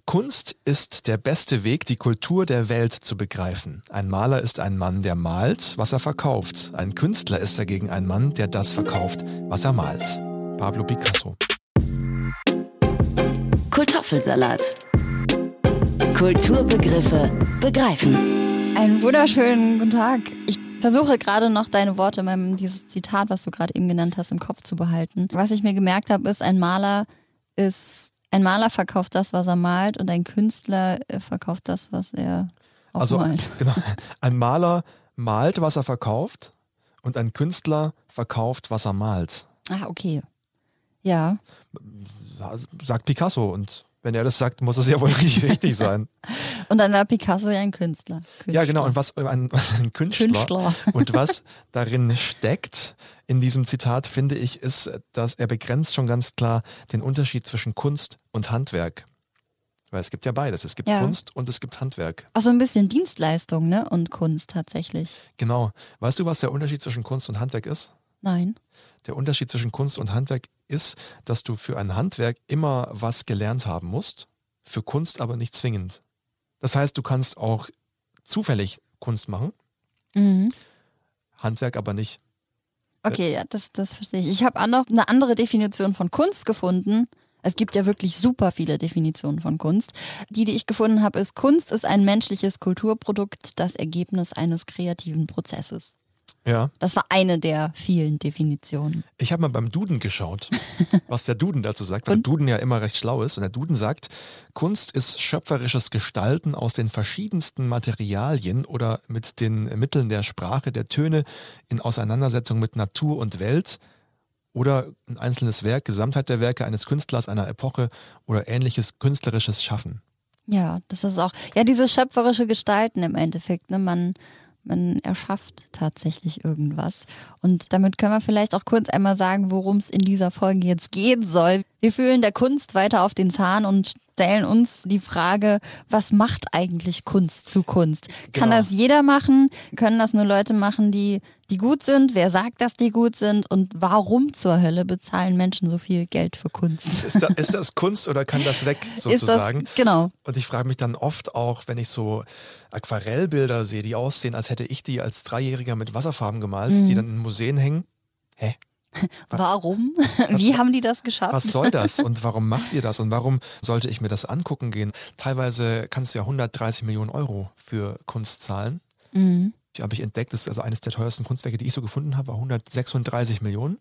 Kunst ist der beste Weg, die Kultur der Welt zu begreifen. Ein Maler ist ein Mann, der malt, was er verkauft. Ein Künstler ist dagegen ein Mann, der das verkauft, was er malt. Pablo Picasso. Kartoffelsalat. Kulturbegriffe begreifen. Einen wunderschönen guten Tag. Ich versuche gerade noch deine Worte, dieses Zitat, was du gerade eben genannt hast, im Kopf zu behalten. Was ich mir gemerkt habe, ist, ein Maler verkauft das, was er malt, und ein Künstler verkauft das, was er auch malt. Genau. Ein Maler malt, was er verkauft, und ein Künstler verkauft, was er malt. Ah, okay. Ja. Sagt Picasso, und wenn er das sagt, muss es ja wohl richtig sein. Und dann war Picasso ja ein Künstler. Ja, genau. Und was ein Künstler. Und was darin steckt in diesem Zitat, finde ich, ist, dass er begrenzt schon ganz klar den Unterschied zwischen Kunst und Handwerk. Weil es gibt ja beides. Es gibt Kunst und es gibt Handwerk. Auch so ein bisschen Dienstleistung, ne? Und Kunst tatsächlich. Genau. Weißt du, was der Unterschied zwischen Kunst und Handwerk ist? Nein. Der Unterschied zwischen Kunst und Handwerk ist, dass du für ein Handwerk immer was gelernt haben musst, für Kunst aber nicht zwingend. Das heißt, du kannst auch zufällig Kunst machen, Handwerk aber nicht. Okay, ja, das verstehe ich. Ich habe auch noch eine andere Definition von Kunst gefunden. Es gibt ja wirklich super viele Definitionen von Kunst. Die ich gefunden habe, ist: Kunst ist ein menschliches Kulturprodukt, das Ergebnis eines kreativen Prozesses. Ja. Das war eine der vielen Definitionen. Ich habe mal beim Duden geschaut, was der Duden dazu sagt, weil der Duden ja immer recht schlau ist. Und der Duden sagt, Kunst ist schöpferisches Gestalten aus den verschiedensten Materialien oder mit den Mitteln der Sprache, der Töne in Auseinandersetzung mit Natur und Welt oder ein einzelnes Werk, Gesamtheit der Werke eines Künstlers einer Epoche oder ähnliches künstlerisches Schaffen. Ja, das ist auch, dieses schöpferische Gestalten im Endeffekt, ne? Man erschafft tatsächlich irgendwas. Und damit können wir vielleicht auch kurz einmal sagen, worum es in dieser Folge jetzt gehen soll. Wir fühlen der Kunst weiter auf den Zahn und stellen uns die Frage, was macht eigentlich Kunst zu Kunst? Kann das jeder machen? Können das nur Leute machen, die gut sind? Wer sagt, dass die gut sind? Und warum zur Hölle bezahlen Menschen so viel Geld für Kunst? Ist das Kunst oder kann das weg, sozusagen? Genau. Und ich frage mich dann oft auch, wenn ich so Aquarellbilder sehe, die aussehen, als hätte ich die als Dreijähriger mit Wasserfarben gemalt, die dann in Museen hängen. Hä? Warum? Wie haben die das geschafft? Was soll das und warum macht ihr das und warum sollte ich mir das angucken gehen? Teilweise kannst du ja 130 Millionen Euro für Kunst zahlen. Die habe ich entdeckt, das ist also eines der teuersten Kunstwerke, die ich so gefunden habe, war 136 Millionen.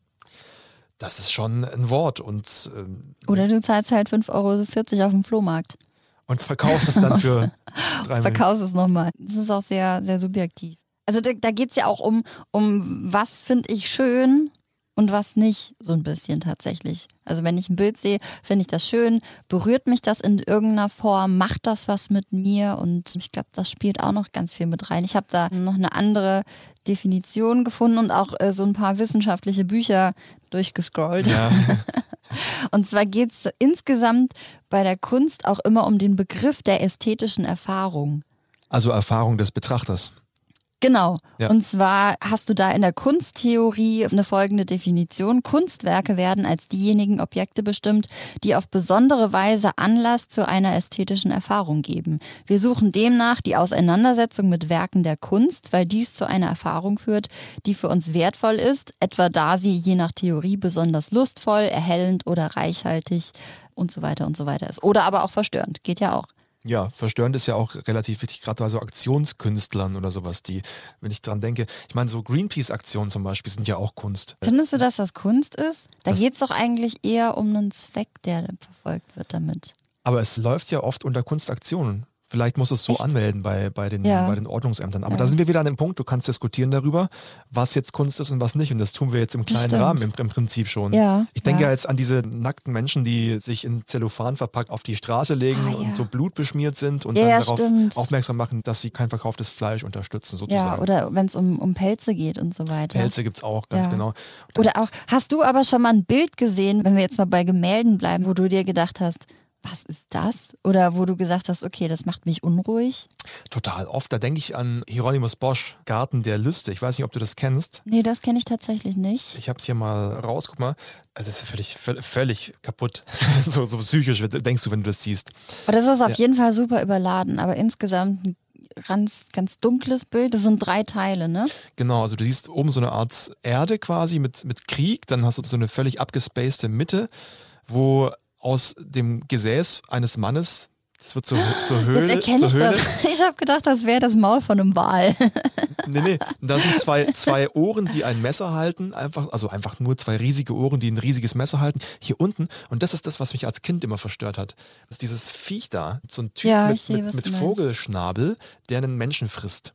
Das ist schon ein Wort. Oder du zahlst halt 5,40 € auf dem Flohmarkt. Und verkaufst es dann für 3 Millionen. Verkaufst es nochmal. Das ist auch sehr, sehr subjektiv. Also da geht es ja auch um was finde ich schön und was nicht, so ein bisschen tatsächlich. Also wenn ich ein Bild sehe, finde ich das schön, berührt mich das in irgendeiner Form, macht das was mit mir, und ich glaube, das spielt auch noch ganz viel mit rein. Ich habe da noch eine andere Definition gefunden und auch so ein paar wissenschaftliche Bücher durchgescrollt. Ja. Und zwar geht es insgesamt bei der Kunst auch immer um den Begriff der ästhetischen Erfahrung. Also Erfahrung des Betrachters. Genau. Ja. Und zwar hast du da in der Kunsttheorie eine folgende Definition: Kunstwerke werden als diejenigen Objekte bestimmt, die auf besondere Weise Anlass zu einer ästhetischen Erfahrung geben. Wir suchen demnach die Auseinandersetzung mit Werken der Kunst, weil dies zu einer Erfahrung führt, die für uns wertvoll ist, etwa da sie je nach Theorie besonders lustvoll, erhellend oder reichhaltig und so weiter ist. Oder aber auch verstörend, geht ja auch. Ja, verstörend ist ja auch relativ wichtig, gerade bei so Aktionskünstlern oder sowas, die, wenn ich dran denke, ich meine, so Greenpeace-Aktionen zum Beispiel sind ja auch Kunst. Findest du, dass das Kunst ist? Da geht es doch eigentlich eher um einen Zweck, der verfolgt wird damit. Aber es läuft ja oft unter Kunstaktionen. Vielleicht muss es so anmelden bei den Ordnungsämtern. Aber da sind wir wieder an dem Punkt, du kannst diskutieren darüber, was jetzt Kunst ist und was nicht. Und das tun wir jetzt im kleinen Rahmen im Prinzip schon. Ja, ich denke ja jetzt an diese nackten Menschen, die sich in Zellophan verpackt auf die Straße legen und so blutbeschmiert sind und dann darauf aufmerksam machen, dass sie kein verkauftes Fleisch unterstützen, sozusagen. Ja, oder wenn es um Pelze geht und so weiter. Pelze gibt es auch, ganz genau. Oder auch, hast du aber schon mal ein Bild gesehen, wenn wir jetzt mal bei Gemälden bleiben, wo du dir gedacht hast, was ist das? Oder wo du gesagt hast, okay, das macht mich unruhig? Total oft. Da denke ich an Hieronymus Bosch, Garten der Lüste. Ich weiß nicht, ob du das kennst. Nee, das kenne ich tatsächlich nicht. Ich habe es hier mal raus, guck mal. Also es ist völlig kaputt. so psychisch denkst du, wenn du das siehst. Aber das ist auf jeden Fall super überladen, aber insgesamt ein ganz dunkles Bild. Das sind 3 Teile, ne? Genau, also du siehst oben so eine Art Erde quasi mit Krieg, dann hast du so eine völlig abgespacede Mitte, wo aus dem Gesäß eines Mannes, das wird zur Höhle. Jetzt erkenne ich das. Ich habe gedacht, das wäre das Maul von einem Wal. Nee, da sind zwei Ohren, die ein Messer halten, einfach nur 2 riesige Ohren, die ein riesiges Messer halten. Hier unten, und das ist das, was mich als Kind immer verstört hat, das ist dieses Viech da, so ein Typ mit Vogelschnabel, der einen Menschen frisst.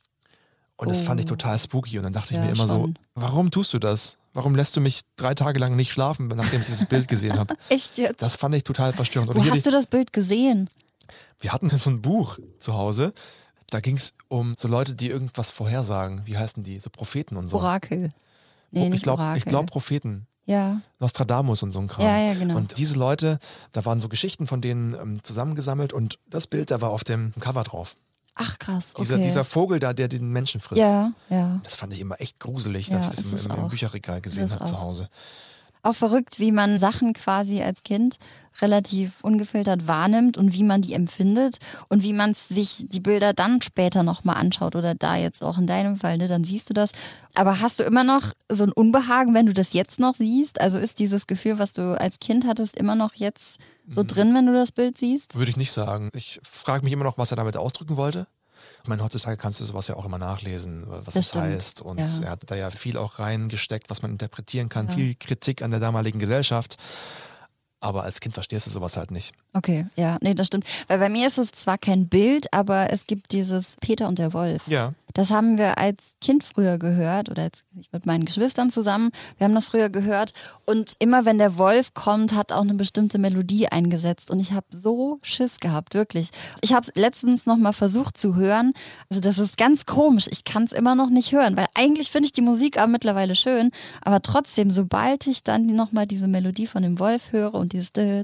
Und das fand ich total spooky. Und dann dachte ich mir immer so, warum tust du das? Warum lässt du mich 3 Tage lang nicht schlafen, nachdem ich dieses Bild gesehen habe? Echt jetzt? Das fand ich total verstörend. Wo hast du das Bild gesehen? Wir hatten so ein Buch zu Hause. Da ging es um so Leute, die irgendwas vorhersagen. Wie heißen die? So Propheten und so. Orakel. Nee, nicht Orakel. Ich glaube Propheten. Ja. Nostradamus und so ein Kram. Ja, genau. Und diese Leute, da waren so Geschichten von denen zusammengesammelt und das Bild, da war auf dem Cover drauf. Ach krass, okay. Dieser Vogel da, der den Menschen frisst. Ja. Das fand ich immer echt gruselig, dass ich das im Bücherregal gesehen habe zu Hause. Auch verrückt, wie man Sachen quasi als Kind relativ ungefiltert wahrnimmt und wie man die empfindet und wie man sich die Bilder dann später nochmal anschaut oder da jetzt auch in deinem Fall, ne, dann siehst du das. Aber hast du immer noch so ein Unbehagen, wenn du das jetzt noch siehst? Also ist dieses Gefühl, was du als Kind hattest, immer noch jetzt so drin, wenn du das Bild siehst? Würde ich nicht sagen. Ich frage mich immer noch, was er damit ausdrücken wollte. Ich meine, heutzutage kannst du sowas ja auch immer nachlesen, was das heißt. Und er hat da ja viel auch reingesteckt, was man interpretieren kann. Ja. Viel Kritik an der damaligen Gesellschaft. Aber als Kind verstehst du sowas halt nicht. Okay, ja, nee, das stimmt. Weil bei mir ist es zwar kein Bild, aber es gibt dieses Peter und der Wolf. Ja. Das haben wir als Kind früher gehört oder jetzt mit meinen Geschwistern zusammen. Wir haben das früher gehört und immer wenn der Wolf kommt, hat auch eine bestimmte Melodie eingesetzt und ich habe so Schiss gehabt, wirklich. Ich habe es letztens nochmal versucht zu hören. Also das ist ganz komisch. Ich kann es immer noch nicht hören, weil eigentlich finde ich die Musik aber mittlerweile schön, aber trotzdem, sobald ich dann nochmal diese Melodie von dem Wolf höre und dieses da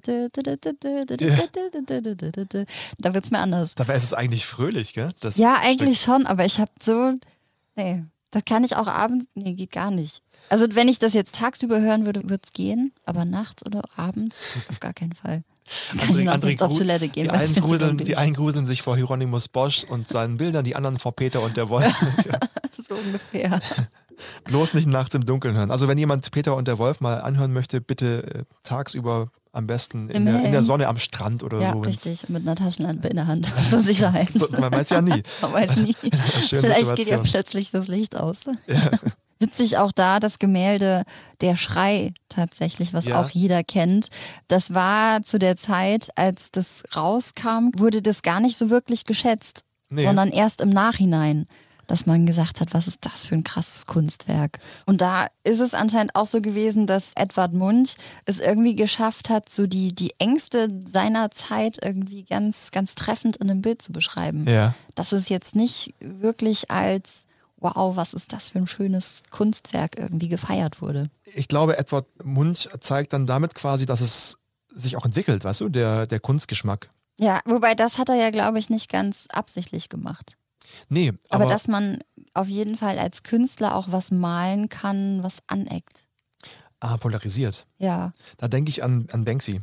wird es mir anders. Dabei ist es eigentlich fröhlich, gell? Ja, eigentlich schon, aber ich habe nee, das kann ich auch abends, nee, geht gar nicht. Also wenn ich das jetzt tagsüber hören würde, würde es gehen, aber nachts oder abends auf gar keinen Fall. Kann ich noch nicht auf Toilette gehen. Die einen gruseln sich vor Hieronymus Bosch und seinen Bildern, die anderen vor Peter und der Wolf. So ungefähr. Bloß nicht nachts im Dunkeln hören. Also wenn jemand Peter und der Wolf mal anhören möchte, bitte tagsüber am besten in der Sonne am Strand oder so. Ja, richtig. Mit einer Taschenlampe in der Hand. Zur Sicherheit. Man weiß ja nie. Man weiß nie. Vielleicht geht ja plötzlich das Licht aus. Ja. Witzig auch da das Gemälde Der Schrei tatsächlich, was auch jeder kennt. Das war zu der Zeit, als das rauskam, wurde das gar nicht so wirklich geschätzt, sondern erst im Nachhinein, dass man gesagt hat, was ist das für ein krasses Kunstwerk. Und da ist es anscheinend auch so gewesen, dass Edvard Munch es irgendwie geschafft hat, so die Ängste seiner Zeit irgendwie ganz, ganz treffend in einem Bild zu beschreiben. Ja. Dass es jetzt nicht wirklich als wow, was ist das für ein schönes Kunstwerk irgendwie gefeiert wurde. Ich glaube, Edvard Munch zeigt dann damit quasi, dass es sich auch entwickelt, weißt du, der Kunstgeschmack. Ja, wobei das hat er ja, glaube ich, nicht ganz absichtlich gemacht. Nee, aber dass man auf jeden Fall als Künstler auch was malen kann, was aneckt. Polarisiert. Ja. Da denke ich an Banksy.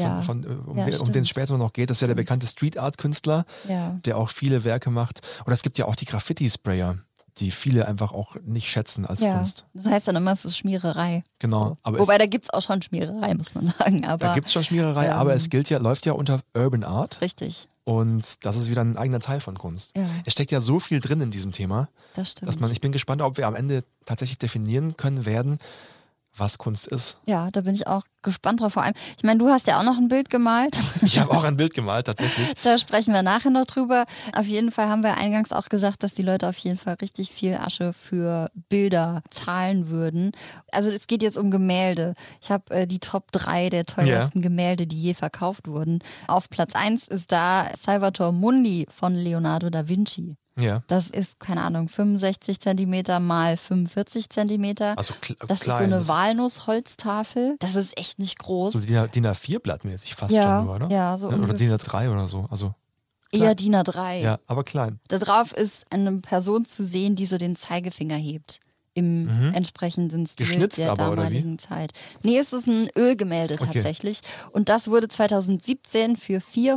Um den es später noch geht. Das ist ja der bekannte Street-Art-Künstler, der auch viele Werke macht. Oder es gibt ja auch die Graffiti-Sprayer, die viele einfach auch nicht schätzen als Kunst. Das heißt dann immer, es ist Schmiererei. Genau. Aber wobei, da gibt es auch schon Schmiererei, muss man sagen. Aber, da gibt es schon Schmiererei, aber es läuft ja unter Urban Art. Richtig. Und das ist wieder ein eigener Teil von Kunst. Ja. Es steckt ja so viel drin in diesem Thema, das stimmt. Ich bin gespannt, ob wir am Ende tatsächlich definieren können werden, was Kunst ist. Ja, da bin ich auch gespannt drauf. Vor allem, ich meine, du hast ja auch noch ein Bild gemalt. Ich habe auch ein Bild gemalt, tatsächlich. Da sprechen wir nachher noch drüber. Auf jeden Fall haben wir eingangs auch gesagt, dass die Leute auf jeden Fall richtig viel Asche für Bilder zahlen würden. Also es geht jetzt um Gemälde. Ich habe die Top 3 der teuersten Gemälde, die je verkauft wurden. Auf Platz 1 ist da Salvator Mundi von Leonardo da Vinci. Ja. Das ist, keine Ahnung, 65 Zentimeter mal 45 Zentimeter. Also das klein. ist so eine Walnussholztafel. Das ist echt nicht groß. So DIN A4-Blatt mäßig fast schon nur, oder? Ja, so Oder ungefähr. DIN A3 oder so. Also Eher DIN A3. ja, aber klein. Da drauf ist eine Person zu sehen, die so den Zeigefinger hebt. Im entsprechenden Stil Geschnitzt der aber, oder wie? damaligen Zeit. Nee, es ist ein Ölgemälde tatsächlich. Und das wurde 2017 für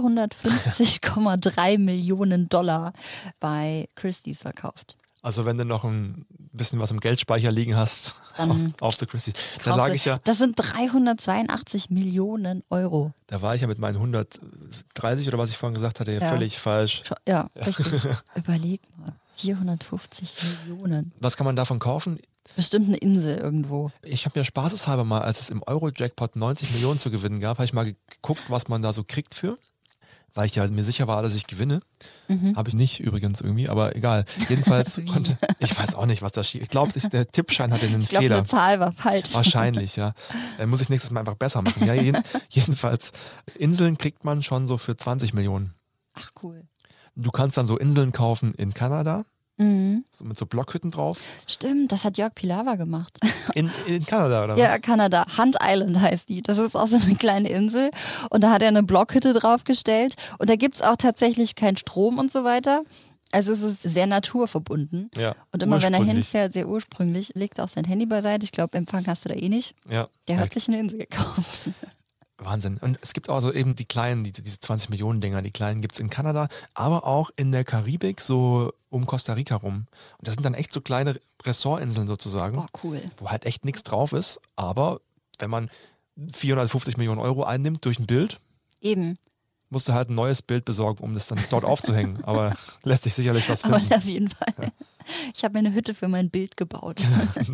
450,3 Millionen $, bei Christie's verkauft. Also wenn du noch ein bisschen was im Geldspeicher liegen hast, Dann auf der Christie. Da sage ich ja, das sind 382 Millionen Euro. da war ich ja mit meinen 130 oder was ich vorhin gesagt hatte, ja völlig falsch. Ja, richtig. Überleg mal. 450 Millionen. Was kann man davon kaufen? Bestimmt eine Insel irgendwo. Ich habe mir spaßeshalber mal, als es im Euro-Jackpot 90 Millionen zu gewinnen gab, habe ich mal geguckt, was man da so kriegt für. Weil ich ja mir sicher war, dass ich gewinne. Habe ich nicht übrigens irgendwie, aber egal. Jedenfalls konnte, ich weiß auch nicht, was da schief. Ich glaube, der Tippschein hatte einen Fehler. Ich glaube, eine Zahl war falsch. Wahrscheinlich, ja. Dann muss ich nächstes Mal einfach besser machen. Ja, jedenfalls, Inseln kriegt man schon so für 20 Millionen. Ach, cool. Du kannst dann so Inseln kaufen in Kanada, so mit so Blockhütten drauf. Stimmt, das hat Jörg Pilawa gemacht. In Kanada, oder was? Ja, Kanada. Hunt Island heißt die. Das ist auch so eine kleine Insel. Und da hat er eine Blockhütte draufgestellt. Und da gibt es auch tatsächlich keinen Strom und so weiter. Also es ist sehr naturverbunden. Ja, und immer wenn er ursprünglich. hinfährt, sehr ursprünglich, legt er auch sein Handy beiseite. Ich glaube, Empfang hast du da eh nicht. Ja. Der hat sich eine Insel gekauft. Wahnsinn. Und es gibt also eben die kleinen, diese 20 Millionen Dinger, die kleinen gibt es in Kanada, aber auch in der Karibik, so um Costa Rica rum. Und das sind dann echt so kleine Ressortinseln sozusagen, Oh, cool. wo halt echt nichts drauf ist. Aber wenn man 450 Millionen Euro einnimmt durch ein Bild, Eben. musst du halt ein neues Bild besorgen, um das dann dort aufzuhängen. Aber lässt sich sicherlich was Aber finden. auf jeden Fall. Ich habe mir eine Hütte für mein Bild gebaut.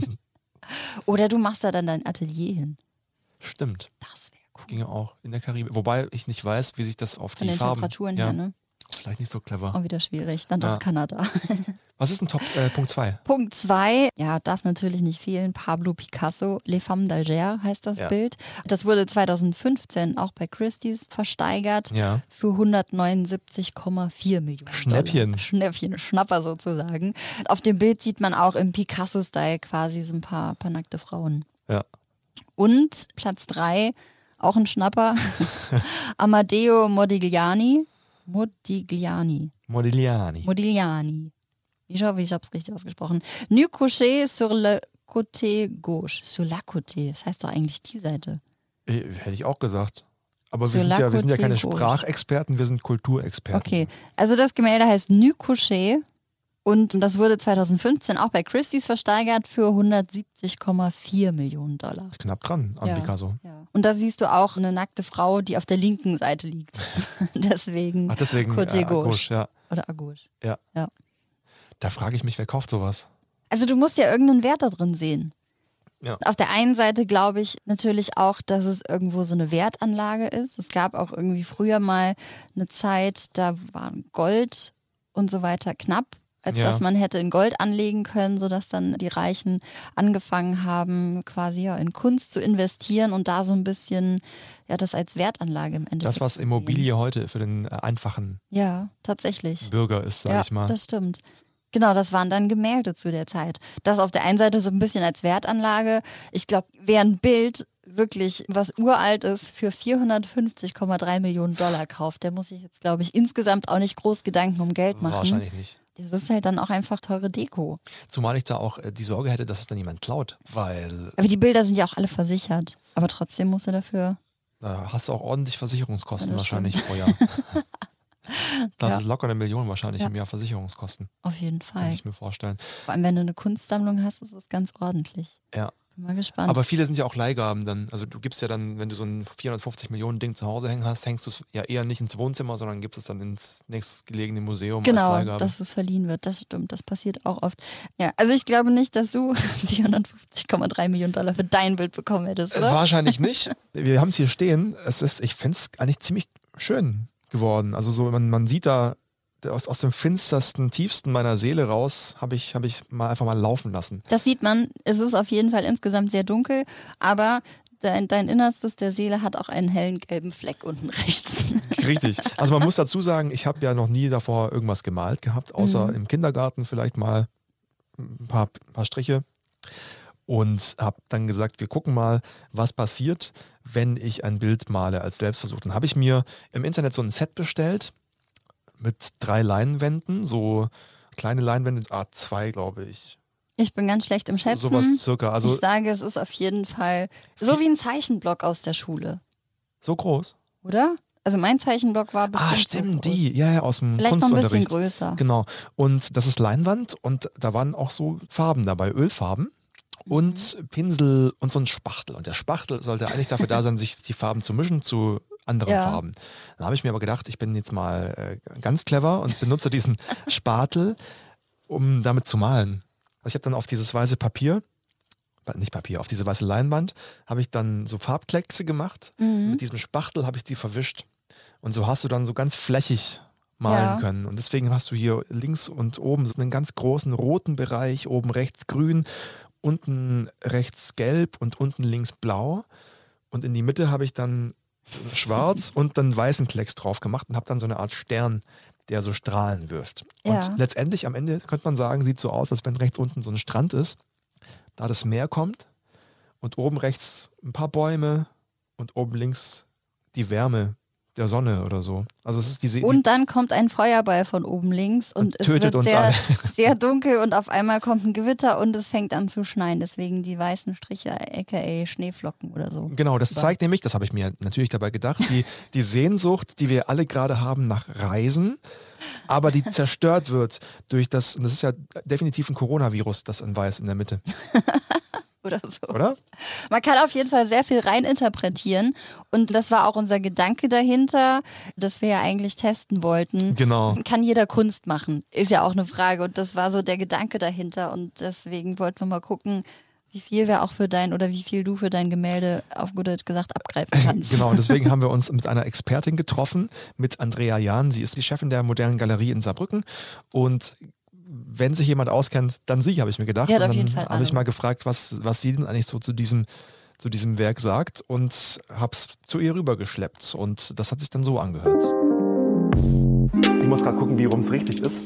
Oder du machst da dann dein Atelier hin. Stimmt. Das wäre cool. Ginge auch in der Karibik. Wobei ich nicht weiß, wie sich das auf Von die den Farben... Temperaturen ja, her, ne? vielleicht nicht so clever. Auch wieder schwierig. Dann Ja. doch Kanada. Was ist ein Punkt 2? Punkt 2, ja, darf natürlich nicht fehlen. Pablo Picasso, Les Femmes d'Alger heißt das Ja. Bild. Das wurde 2015 auch bei Christie's versteigert Ja. für 179,4 Millionen Schnäppchen. $. Schnäppchen, Schnapper sozusagen. Auf dem Bild sieht man auch im Picasso-Style quasi so ein paar nackte Frauen. Ja. Und Platz 3, auch ein Schnapper, Amadeo Modigliani. Modigliani. Ich hoffe, ich habe es richtig ausgesprochen. Nu couché sur le côté gauche. Sur la côté. Das heißt doch eigentlich die Seite. Hätte ich auch gesagt. Aber Sur wir sind la ja keine côté gauche. Sprachexperten, wir sind Kulturexperten. Okay, also das Gemälde heißt Nu couché und das wurde 2015 auch bei Christie's versteigert für 170,4 Millionen $. Knapp dran an Ja. Picasso. Ja. Und da siehst du auch eine nackte Frau, die auf der linken Seite liegt. Deswegen, Ach, deswegen Côté gauche. gauche, ja. Oder à gauche. Ja. Ja. Da frage ich mich, wer kauft sowas? Also du musst ja irgendeinen Wert da drin sehen. Ja. Auf der einen Seite glaube ich natürlich auch, dass es irgendwo so eine Wertanlage ist. Es gab auch irgendwie früher mal eine Zeit, da war Gold und so weiter knapp, als Ja. dass man hätte in Gold anlegen können, sodass dann die Reichen angefangen haben, quasi ja, in Kunst zu investieren und da so ein bisschen ja, das als Wertanlage im Endeffekt. Das, was zu sehen. Immobilie heute für den einfachen Ja, tatsächlich. Bürger ist, sage Ja, ich mal. das stimmt. Genau, das waren dann Gemälde zu der Zeit. Das auf der einen Seite so ein bisschen als Wertanlage. Ich glaube, wer ein Bild wirklich, was uralt ist, für 450,3 Millionen $ kauft, der muss sich jetzt, glaube ich, insgesamt auch nicht groß Gedanken um Geld machen. Wahrscheinlich nicht. Das ist halt dann auch einfach teure Deko. Zumal ich da auch die Sorge hätte, dass es dann jemand klaut, weil Aber die Bilder sind ja auch alle versichert. Aber trotzdem musst du dafür... da hast du auch ordentlich Versicherungskosten Ja, das wahrscheinlich pro Jahr. Das Ja. ist locker 1 Million wahrscheinlich Ja. im Jahr Versicherungskosten, Auf jeden kann Fall. ich mir vorstellen. Vor allem, wenn du eine Kunstsammlung hast, ist das ganz ordentlich. Ja. Bin mal gespannt. Aber viele sind ja auch Leihgaben dann. Also du gibst ja dann, wenn du so ein 450 Millionen Ding zu Hause hängen hast, hängst du es ja eher nicht ins Wohnzimmer, sondern gibst es dann ins nächstgelegene Museum als Genau, Leihgabe. dass es verliehen wird, das stimmt, das passiert auch oft. Ja, also ich glaube nicht, dass du 450,3 Millionen $ für dein Bild bekommen hättest, oder? Wahrscheinlich nicht. Wir haben es hier stehen. Ich finde es eigentlich ziemlich schön geworden. Also so, man sieht da aus dem finstersten, tiefsten meiner Seele raus, habe ich mal einfach mal laufen lassen. Das sieht man, es ist auf jeden Fall insgesamt sehr dunkel, aber dein Innerstes der Seele hat auch einen hellen gelben Fleck unten rechts. Richtig. Also man muss dazu sagen, ich habe ja noch nie davor irgendwas gemalt gehabt, außer im Kindergarten vielleicht mal ein paar Striche. Und habe dann gesagt, wir gucken mal, was passiert, wenn ich ein Bild male als Selbstversuch. Dann habe ich mir im Internet so ein Set bestellt mit 3 Leinwänden, so kleine Leinwände, A2 glaube ich. Ich bin ganz schlecht im Schätzen. Sowas circa. Also ich sage, es ist auf jeden Fall so wie ein Zeichenblock aus der Schule. So groß? Oder? Also mein Zeichenblock war bestimmt stimmt, so groß. die. Ja, aus dem Vielleicht noch ein Kunstunterricht. bisschen größer. Genau. Und das ist Leinwand und da waren auch so Farben dabei, Ölfarben. Und Pinsel und so ein Spachtel. Und der Spachtel sollte eigentlich dafür da sein, sich die Farben zu mischen zu anderen Farben. Dann habe ich mir aber gedacht, ich bin jetzt mal ganz clever und benutze diesen Spatel, um damit zu malen. Also ich habe dann auf dieses weiße auf diese weiße Leinwand, habe ich dann so Farbkleckse gemacht. Mit diesem Spachtel habe ich die verwischt. Und so hast du dann so ganz flächig malen können. Und deswegen hast du hier links und oben so einen ganz großen roten Bereich, oben rechts grün, unten rechts gelb und unten links blau. Und in die Mitte habe ich dann schwarz und dann weißen Klecks drauf gemacht und habe dann so eine Art Stern, der so Strahlen wirft. Und letztendlich am Ende könnte man sagen, sieht so aus, als wenn rechts unten so ein Strand ist, da das Meer kommt und oben rechts ein paar Bäume und oben links die Wärme der Sonne oder so. Also es ist und dann kommt ein Feuerball von oben links und es tötet wird uns sehr, alle. sehr dunkel und auf einmal kommt ein Gewitter und es fängt an zu schneien. Deswegen die weißen Striche, aka Schneeflocken oder so. Genau, das zeigt nämlich, das habe ich mir natürlich dabei gedacht, die Sehnsucht, die wir alle gerade haben nach Reisen, aber die zerstört wird durch das, und das ist ja definitiv ein Coronavirus, das in Weiß in der Mitte. Oder so. Oder? Man kann auf jeden Fall sehr viel reininterpretieren und das war auch unser Gedanke dahinter, dass wir ja eigentlich testen wollten. Genau. Kann jeder Kunst machen? Ist ja auch eine Frage und das war so der Gedanke dahinter und deswegen wollten wir mal gucken, wie viel wir auch für wie viel du für dein Gemälde auf gut Deutsch gesagt abgreifen kannst. Genau, und deswegen haben wir uns mit einer Expertin getroffen, mit Andrea Jahn. Sie ist die Chefin der Modernen Galerie in Saarbrücken und wenn sich jemand auskennt, dann sie, habe ich mir gedacht. Ja, und auf jeden dann Fall. habe ich mal gefragt, was sie denn eigentlich so zu diesem Werk sagt und habe es zu ihr rübergeschleppt. Und das hat sich dann so angehört. Ich muss gerade gucken, wie rum es richtig ist.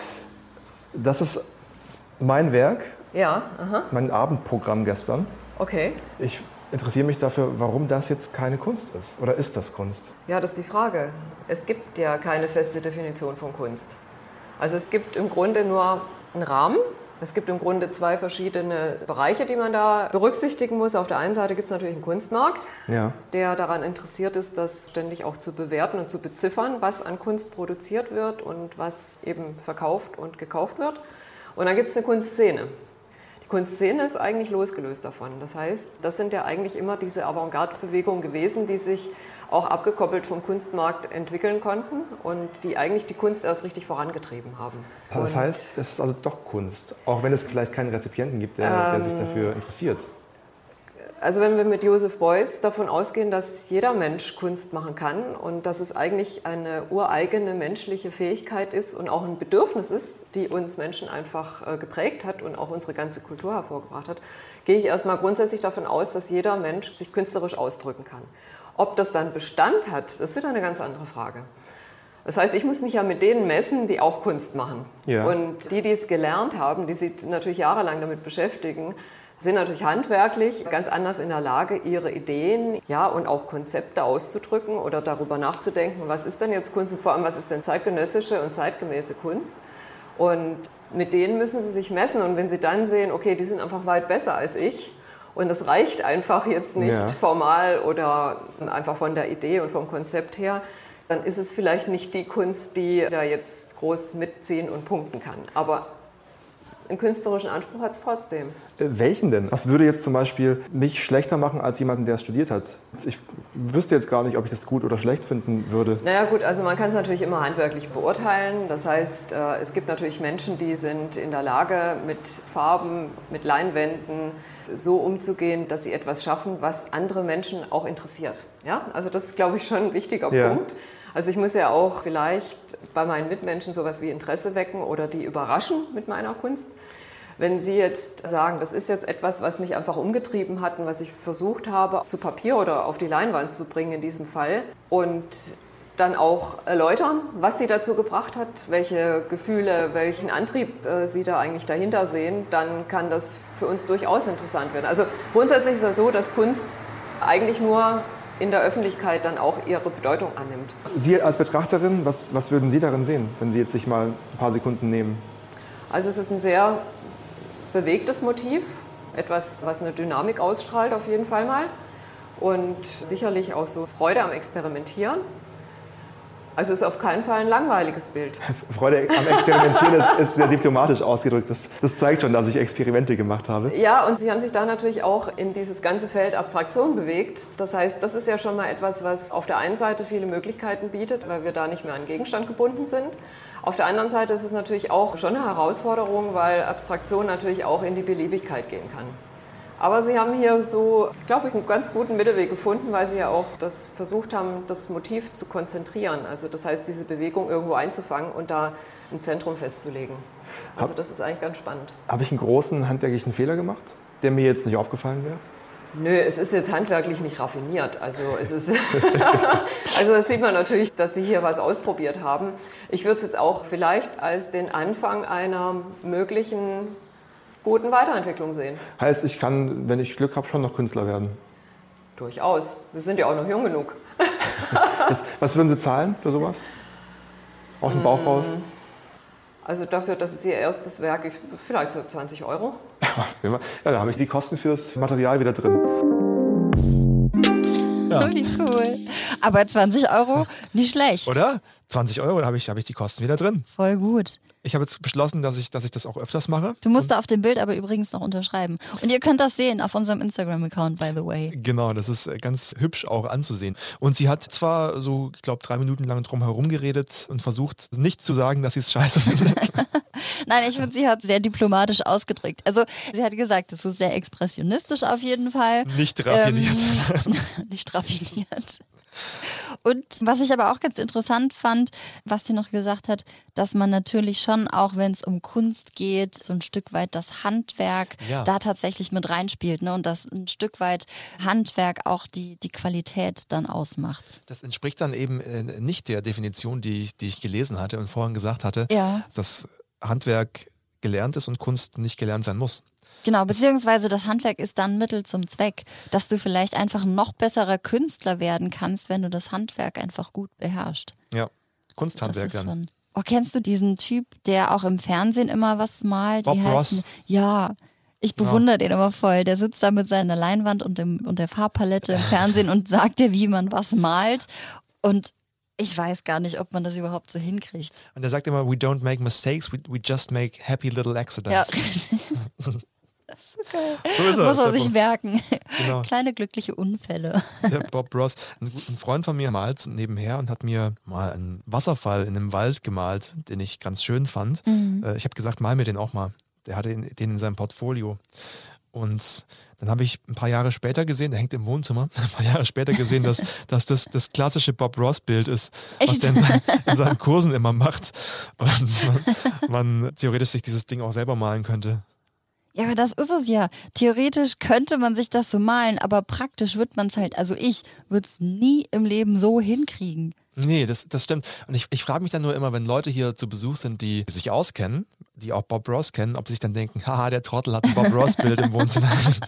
Das ist mein Werk, mein Abendprogramm gestern. Okay. Ich interessiere mich dafür, warum das jetzt keine Kunst ist. Oder ist das Kunst? Ja, das ist die Frage. Es gibt ja keine feste Definition von Kunst. Also es gibt im Grunde nur einen Rahmen. Es gibt im Grunde 2 verschiedene Bereiche, die man da berücksichtigen muss. Auf der einen Seite gibt es natürlich einen Kunstmarkt, der daran interessiert ist, das ständig auch zu bewerten und zu beziffern, was an Kunst produziert wird und was eben verkauft und gekauft wird. Und dann gibt es eine Kunstszene. Die Kunstszene ist eigentlich losgelöst davon. Das heißt, das sind ja eigentlich immer diese Avantgarde-Bewegungen gewesen, die sich auch abgekoppelt vom Kunstmarkt entwickeln konnten und die eigentlich die Kunst erst richtig vorangetrieben haben. Das heißt, es ist also doch Kunst, auch wenn es vielleicht keinen Rezipienten gibt, der sich dafür interessiert. Also wenn wir mit Joseph Beuys davon ausgehen, dass jeder Mensch Kunst machen kann und dass es eigentlich eine ureigene menschliche Fähigkeit ist und auch ein Bedürfnis ist, die uns Menschen einfach geprägt hat und auch unsere ganze Kultur hervorgebracht hat, gehe ich erstmal grundsätzlich davon aus, dass jeder Mensch sich künstlerisch ausdrücken kann. Ob das dann Bestand hat, das wird eine ganz andere Frage. Das heißt, ich muss mich ja mit denen messen, die auch Kunst machen. Ja. Und die es gelernt haben, die sich natürlich jahrelang damit beschäftigen, sind natürlich handwerklich ganz anders in der Lage, ihre Ideen und auch Konzepte auszudrücken oder darüber nachzudenken, was ist denn jetzt Kunst und vor allem, was ist denn zeitgenössische und zeitgemäße Kunst. Und mit denen müssen sie sich messen und wenn sie dann sehen, okay, die sind einfach weit besser als ich, und das reicht einfach jetzt nicht formal oder einfach von der Idee und vom Konzept her, dann ist es vielleicht nicht die Kunst, die da jetzt groß mitziehen und punkten kann. Aber einen künstlerischen Anspruch hat es trotzdem. Welchen denn? Was würde jetzt zum Beispiel mich schlechter machen als jemanden, der es studiert hat? Ich wüsste jetzt gar nicht, ob ich das gut oder schlecht finden würde. Naja gut, also man kann es natürlich immer handwerklich beurteilen. Das heißt, es gibt natürlich Menschen, die sind in der Lage, mit Farben, mit Leinwänden so umzugehen, dass sie etwas schaffen, was andere Menschen auch interessiert. Ja? Also das ist, glaube ich, schon ein wichtiger Punkt. Also ich muss ja auch vielleicht bei meinen Mitmenschen sowas wie Interesse wecken oder die überraschen mit meiner Kunst. Wenn Sie jetzt sagen, das ist jetzt etwas, was mich einfach umgetrieben hat und was ich versucht habe, zu Papier oder auf die Leinwand zu bringen in diesem Fall und dann auch erläutern, was Sie dazu gebracht hat, welche Gefühle, welchen Antrieb Sie da eigentlich dahinter sehen, dann kann das für uns durchaus interessant werden. Also grundsätzlich ist es so, dass Kunst eigentlich nur in der Öffentlichkeit dann auch ihre Bedeutung annimmt. Sie als Betrachterin, was würden Sie darin sehen, wenn Sie jetzt sich mal ein paar Sekunden nehmen? Also es ist ein sehr bewegtes Motiv, etwas, was eine Dynamik ausstrahlt auf jeden Fall mal und sicherlich auch so Freude am Experimentieren. Also es ist auf keinen Fall ein langweiliges Bild. Freude am Experimentieren ist sehr diplomatisch ausgedrückt. Das zeigt schon, dass ich Experimente gemacht habe. Ja, und Sie haben sich da natürlich auch in dieses ganze Feld Abstraktion bewegt. Das heißt, das ist ja schon mal etwas, was auf der einen Seite viele Möglichkeiten bietet, weil wir da nicht mehr an Gegenstand gebunden sind. Auf der anderen Seite ist es natürlich auch schon eine Herausforderung, weil Abstraktion natürlich auch in die Beliebigkeit gehen kann. Aber Sie haben hier so, glaube ich, einen ganz guten Mittelweg gefunden, weil Sie ja auch das versucht haben, das Motiv zu konzentrieren. Also das heißt, diese Bewegung irgendwo einzufangen und da ein Zentrum festzulegen. Also das ist eigentlich ganz spannend. Habe ich einen großen handwerklichen Fehler gemacht, der mir jetzt nicht aufgefallen wäre? Nö, es ist jetzt handwerklich nicht raffiniert. Also es ist also das sieht man natürlich, dass Sie hier was ausprobiert haben. Ich würde es jetzt auch vielleicht als den Anfang einer möglichen guten Weiterentwicklung sehen. Heißt, ich kann, wenn ich Glück habe, schon noch Künstler werden? Durchaus. Wir sind ja auch noch jung genug. Was würden Sie zahlen für sowas? Aus dem Bauch raus? Also dafür, dass es Ihr erstes Werk ist, vielleicht so 20 €. Ja, da habe ich die Kosten fürs Material wieder drin. Ja. Wie cool. Aber 20 €, nicht schlecht. Oder? 20 €, da habe ich die Kosten wieder drin. Voll gut. Ich habe jetzt beschlossen, dass ich das auch öfters mache. Du musst da auf dem Bild aber übrigens noch unterschreiben. Und ihr könnt das sehen auf unserem Instagram-Account, by the way. Genau, das ist ganz hübsch auch anzusehen. Und sie hat zwar so, ich glaube, 3 Minuten lang drum herum geredet und versucht, nicht zu sagen, dass sie es scheiße findet. Nein, ich finde, sie hat sehr diplomatisch ausgedrückt. Also sie hat gesagt, es ist sehr expressionistisch auf jeden Fall. Nicht raffiniert. Nicht raffiniert. Und was ich aber auch ganz interessant fand, was sie noch gesagt hat, dass man natürlich schon, auch wenn es um Kunst geht, so ein Stück weit das Handwerk da tatsächlich mit reinspielt, ne? Und dass ein Stück weit Handwerk auch die Qualität dann ausmacht. Das entspricht dann eben nicht der Definition, die ich gelesen hatte und vorhin gesagt hatte, dass Handwerk gelernt ist und Kunst nicht gelernt sein muss. Genau, beziehungsweise das Handwerk ist dann Mittel zum Zweck, dass du vielleicht einfach ein noch besserer Künstler werden kannst, wenn du das Handwerk einfach gut beherrschst. Ja, Kunsthandwerk dann. Oh, kennst du diesen Typ, der auch im Fernsehen immer was malt? Bob Ross. Ja, ich bewundere den immer voll. Der sitzt da mit seiner Leinwand und der Farbpalette im Fernsehen und sagt dir, wie man was malt. Und ich weiß gar nicht, ob man das überhaupt so hinkriegt. Und er sagt immer, we don't make mistakes, we just make happy little accidents. Ja. Das ist so geil. So ist er. Muss man sich merken. Genau. Kleine glückliche Unfälle. Der Bob Ross, ein Freund von mir malt nebenher und hat mir mal einen Wasserfall in einem Wald gemalt, den ich ganz schön fand. Ich habe gesagt, mal mir den auch mal. Der hatte den in seinem Portfolio. Und dann habe ich ein paar Jahre später gesehen, der hängt im Wohnzimmer, ein paar Jahre später gesehen, dass das klassische Bob Ross-Bild ist, was der in seinen Kursen immer macht. Und man theoretisch sich dieses Ding auch selber malen könnte. Ja, aber das ist es ja. Theoretisch könnte man sich das so malen, aber praktisch wird man es halt, also ich würde es nie im Leben so hinkriegen. Nee, das stimmt. Und ich frage mich dann nur immer, wenn Leute hier zu Besuch sind, die sich auskennen, die auch Bob Ross kennen, ob sie sich dann denken, haha, der Trottel hat ein Bob Ross-Bild im Wohnzimmer.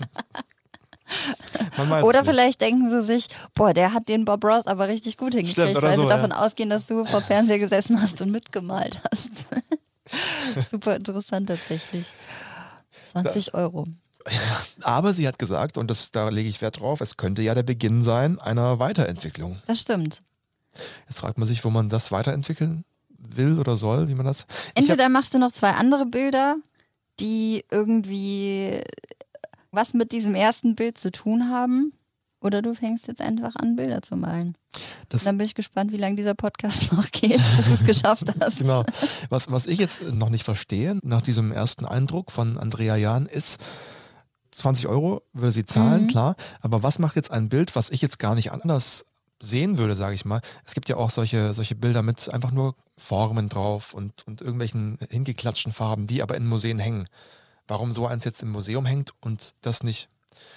Oder vielleicht denken sie sich, boah, der hat den Bob Ross aber richtig gut hingekriegt, weil sie davon ausgehen, dass du vor Fernseher gesessen hast und mitgemalt hast. Super interessant tatsächlich. 20 €. Aber sie hat gesagt, und da lege ich Wert drauf, es könnte ja der Beginn sein einer Weiterentwicklung. Das stimmt. Jetzt fragt man sich, wo man das weiterentwickeln will oder soll, wie man das... Entweder machst du noch 2 andere Bilder, die irgendwie was mit diesem ersten Bild zu tun haben, oder du fängst jetzt einfach an, Bilder zu malen. Dann bin ich gespannt, wie lange dieser Podcast noch geht, bis du es geschafft hast. Genau. Was ich jetzt noch nicht verstehe, nach diesem ersten Eindruck von Andrea Jahn, ist, 20 € würde sie zahlen, klar, aber was macht jetzt ein Bild, was ich jetzt gar nicht anders sehen würde, sage ich mal. Es gibt ja auch solche Bilder mit einfach nur Formen drauf und irgendwelchen hingeklatschten Farben, die aber in Museen hängen. warum so eins jetzt im Museum hängt und das nicht.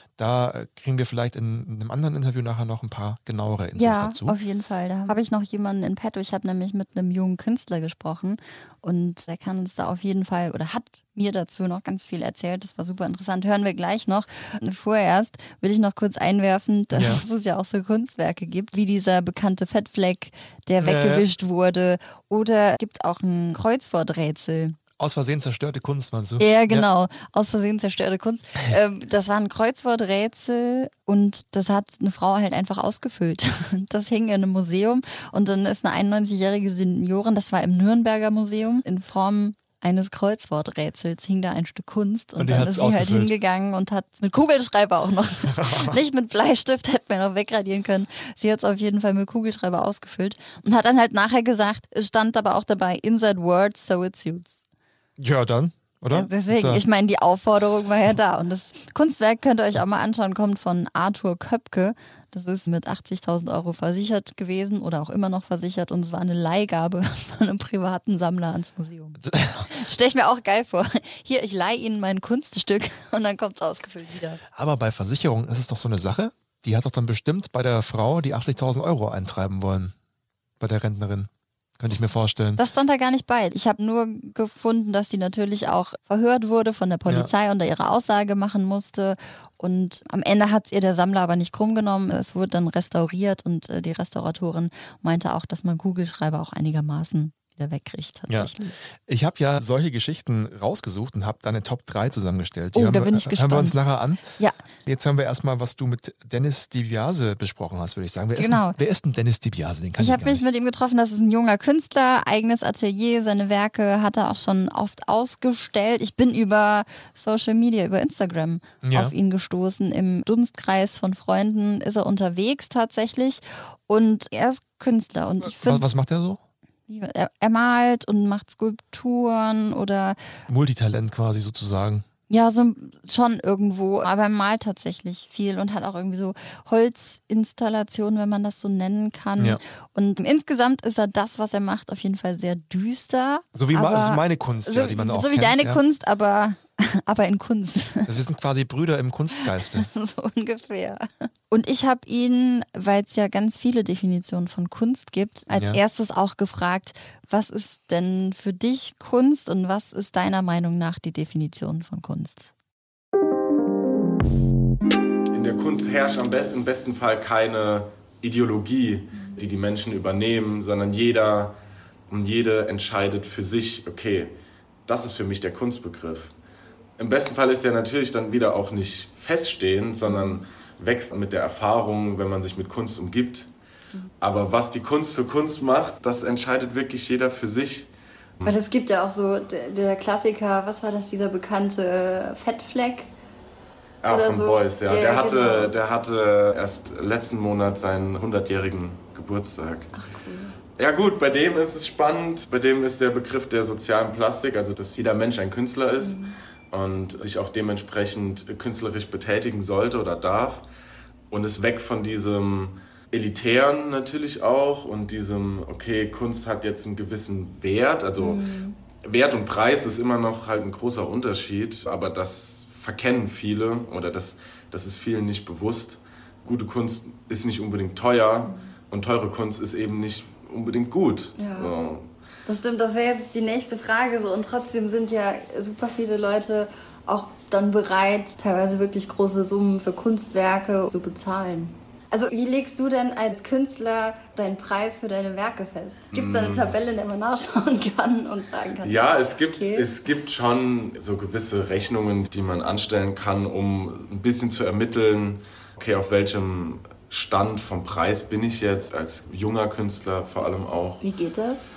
Da kriegen wir vielleicht in einem anderen Interview nachher noch ein paar genauere Infos dazu. Ja, auf jeden Fall. Da habe ich noch jemanden in petto. Ich habe nämlich mit einem jungen Künstler gesprochen und der kann uns da auf jeden Fall oder hat mir dazu noch ganz viel erzählt. Das war super interessant. Hören wir gleich noch. Vorerst will ich noch kurz einwerfen, dass es ja auch so Kunstwerke gibt, wie dieser bekannte Fettfleck, der weggewischt wurde. Oder es gibt auch ein Kreuzworträtsel. Aus Versehen zerstörte Kunst, meinst du? Ja, genau. Ja. Aus Versehen zerstörte Kunst. Das war ein Kreuzworträtsel und das hat eine Frau halt einfach ausgefüllt. Das hing in einem Museum und dann ist eine 91-jährige Seniorin, das war im Nürnberger Museum, in Form eines Kreuzworträtsels hing da ein Stück Kunst und dann ist sie halt hingegangen und hat mit Kugelschreiber auch noch, nicht mit Bleistift, hätte man auch wegradieren können. Sie hat es auf jeden Fall mit Kugelschreiber ausgefüllt und hat dann halt nachher gesagt, es stand aber auch dabei, insert words so it suits. Ja, dann, oder? Ja, deswegen, ich meine, die Aufforderung war ja da. Und das Kunstwerk könnt ihr euch auch mal anschauen, kommt von Arthur Köpke. Das ist mit 80.000 € versichert gewesen oder auch immer noch versichert. Und es war eine Leihgabe von einem privaten Sammler ans Museum. Stell ich mir auch geil vor. Hier, ich leihe Ihnen mein Kunststück und dann kommt es ausgefüllt wieder. Aber bei Versicherungen ist es doch so eine Sache. Die hat doch dann bestimmt bei der Frau die 80.000 € eintreiben wollen. Bei der Rentnerin. Könnte ich mir vorstellen. Das stand da gar nicht bei. Ich habe nur gefunden, dass die natürlich auch verhört wurde von der Polizei und da ihre Aussage machen musste. Und am Ende hat es ihr der Sammler aber nicht krumm genommen. Es wurde dann restauriert und die Restauratorin meinte auch, dass man Kugelschreiber auch einigermaßen wieder wegkriegt tatsächlich. Ja. Ich habe ja solche Geschichten rausgesucht und habe da eine Top 3 zusammengestellt. Die da bin ich gespannt. Hören wir uns nachher an. Ja. Jetzt hören wir erstmal, was du mit Dennis DiBiase besprochen hast, würde ich sagen. Wer ist denn Dennis DiBiase? Ich habe mich mit ihm getroffen, das ist ein junger Künstler, eigenes Atelier, seine Werke hat er auch schon oft ausgestellt. Ich bin über Social Media, über Instagram auf ihn gestoßen. Im Dunstkreis von Freunden ist er unterwegs tatsächlich und er ist Künstler. Und ich find, was macht er so? Er malt und macht Skulpturen oder... Multitalent quasi sozusagen. Ja, so schon irgendwo, aber er malt tatsächlich viel und hat auch irgendwie so Holzinstallationen, wenn man das so nennen kann. Ja. Und insgesamt ist er das, was er macht, auf jeden Fall sehr düster. So wie meine Kunst, die man auch kennt. So wie deine Kunst, aber in Kunst. Also wir sind quasi Brüder im Kunstgeiste. So ungefähr. Und ich habe ihn, weil es ja ganz viele Definitionen von Kunst gibt, als erstes auch gefragt, was ist denn für dich Kunst und was ist deiner Meinung nach die Definition von Kunst? In der Kunst herrscht im besten Fall keine Ideologie, die Menschen übernehmen, sondern jeder und jede entscheidet für sich, okay, das ist für mich der Kunstbegriff. Im besten Fall ist der natürlich dann wieder auch nicht feststehend, sondern wächst mit der Erfahrung, wenn man sich mit Kunst umgibt. Aber was die Kunst zur Kunst macht, das entscheidet wirklich jeder für sich. Weil es gibt ja auch so der Klassiker, was war das, dieser bekannte Fettfleck? Ja, oder von so. Beuys, ja. Der hatte erst letzten Monat seinen 100-jährigen Geburtstag. Ach cool. Ja gut, bei dem ist es spannend. Bei dem ist der Begriff der sozialen Plastik, also dass jeder Mensch ein Künstler ist. Und sich auch dementsprechend künstlerisch betätigen sollte oder darf. Und ist weg von diesem Elitären natürlich auch und diesem, okay, Kunst hat jetzt einen gewissen Wert. Also Wert und Preis ist immer noch halt ein großer Unterschied, aber das verkennen viele oder das ist vielen nicht bewusst. Gute Kunst ist nicht unbedingt teuer und teure Kunst ist eben nicht unbedingt gut. Ja. So. Das stimmt, das wäre jetzt die nächste Frage. So. Und trotzdem sind ja super viele Leute auch dann bereit, teilweise wirklich große Summen für Kunstwerke zu bezahlen. Also wie legst du denn als Künstler deinen Preis für deine Werke fest? Gibt es da eine Tabelle, in der man nachschauen kann und sagen kann? Ja, es gibt schon so gewisse Rechnungen, die man anstellen kann, um ein bisschen zu ermitteln, okay, auf welchem Stand vom Preis bin ich jetzt als junger Künstler vor allem auch. Wie geht das?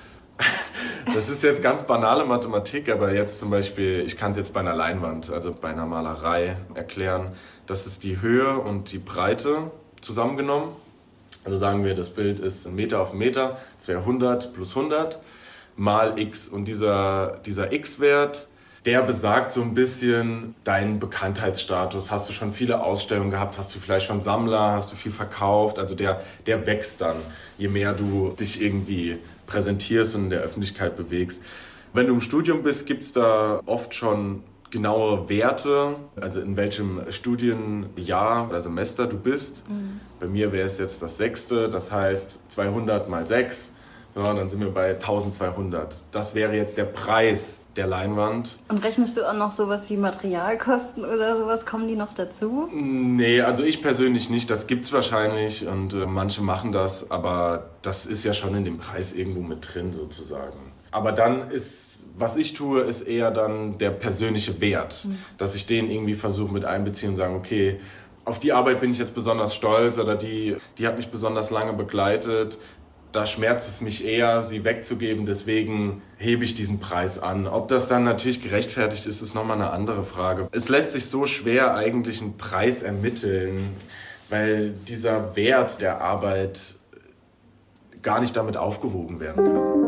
Das ist jetzt ganz banale Mathematik, aber jetzt zum Beispiel, ich kann es jetzt bei einer Leinwand, also bei einer Malerei erklären. Das ist die Höhe und die Breite zusammengenommen. Also sagen wir, das Bild ist 1 Meter auf Meter, das wäre 100 plus 100 mal x. Und dieser x-Wert, der besagt so ein bisschen deinen Bekanntheitsstatus. Hast du schon viele Ausstellungen gehabt? Hast du vielleicht schon Sammler? Hast du viel verkauft? Also der wächst dann, je mehr du dich irgendwie präsentierst und in der Öffentlichkeit bewegst. Wenn du im Studium bist, gibt es da oft schon genaue Werte, also in welchem Studienjahr oder Semester du bist. Bei mir wäre es jetzt das 6., das heißt 200 mal 6. So, dann sind wir bei 1200. Das wäre jetzt der Preis der Leinwand. Und rechnest du auch noch sowas wie Materialkosten oder sowas? Kommen die noch dazu? Nee, also ich persönlich nicht. Das gibt's wahrscheinlich und manche machen das, aber das ist ja schon in dem Preis irgendwo mit drin sozusagen. Aber dann ist, was ich tue, ist eher dann der persönliche Wert, dass ich den irgendwie versuche mit einbeziehen und sagen, okay, auf die Arbeit bin ich jetzt besonders stolz oder die hat mich besonders lange begleitet. Da schmerzt es mich eher, sie wegzugeben, deswegen hebe ich diesen Preis an. Ob das dann natürlich gerechtfertigt ist, ist nochmal eine andere Frage. Es lässt sich so schwer eigentlich einen Preis ermitteln, weil dieser Wert der Arbeit gar nicht damit aufgewogen werden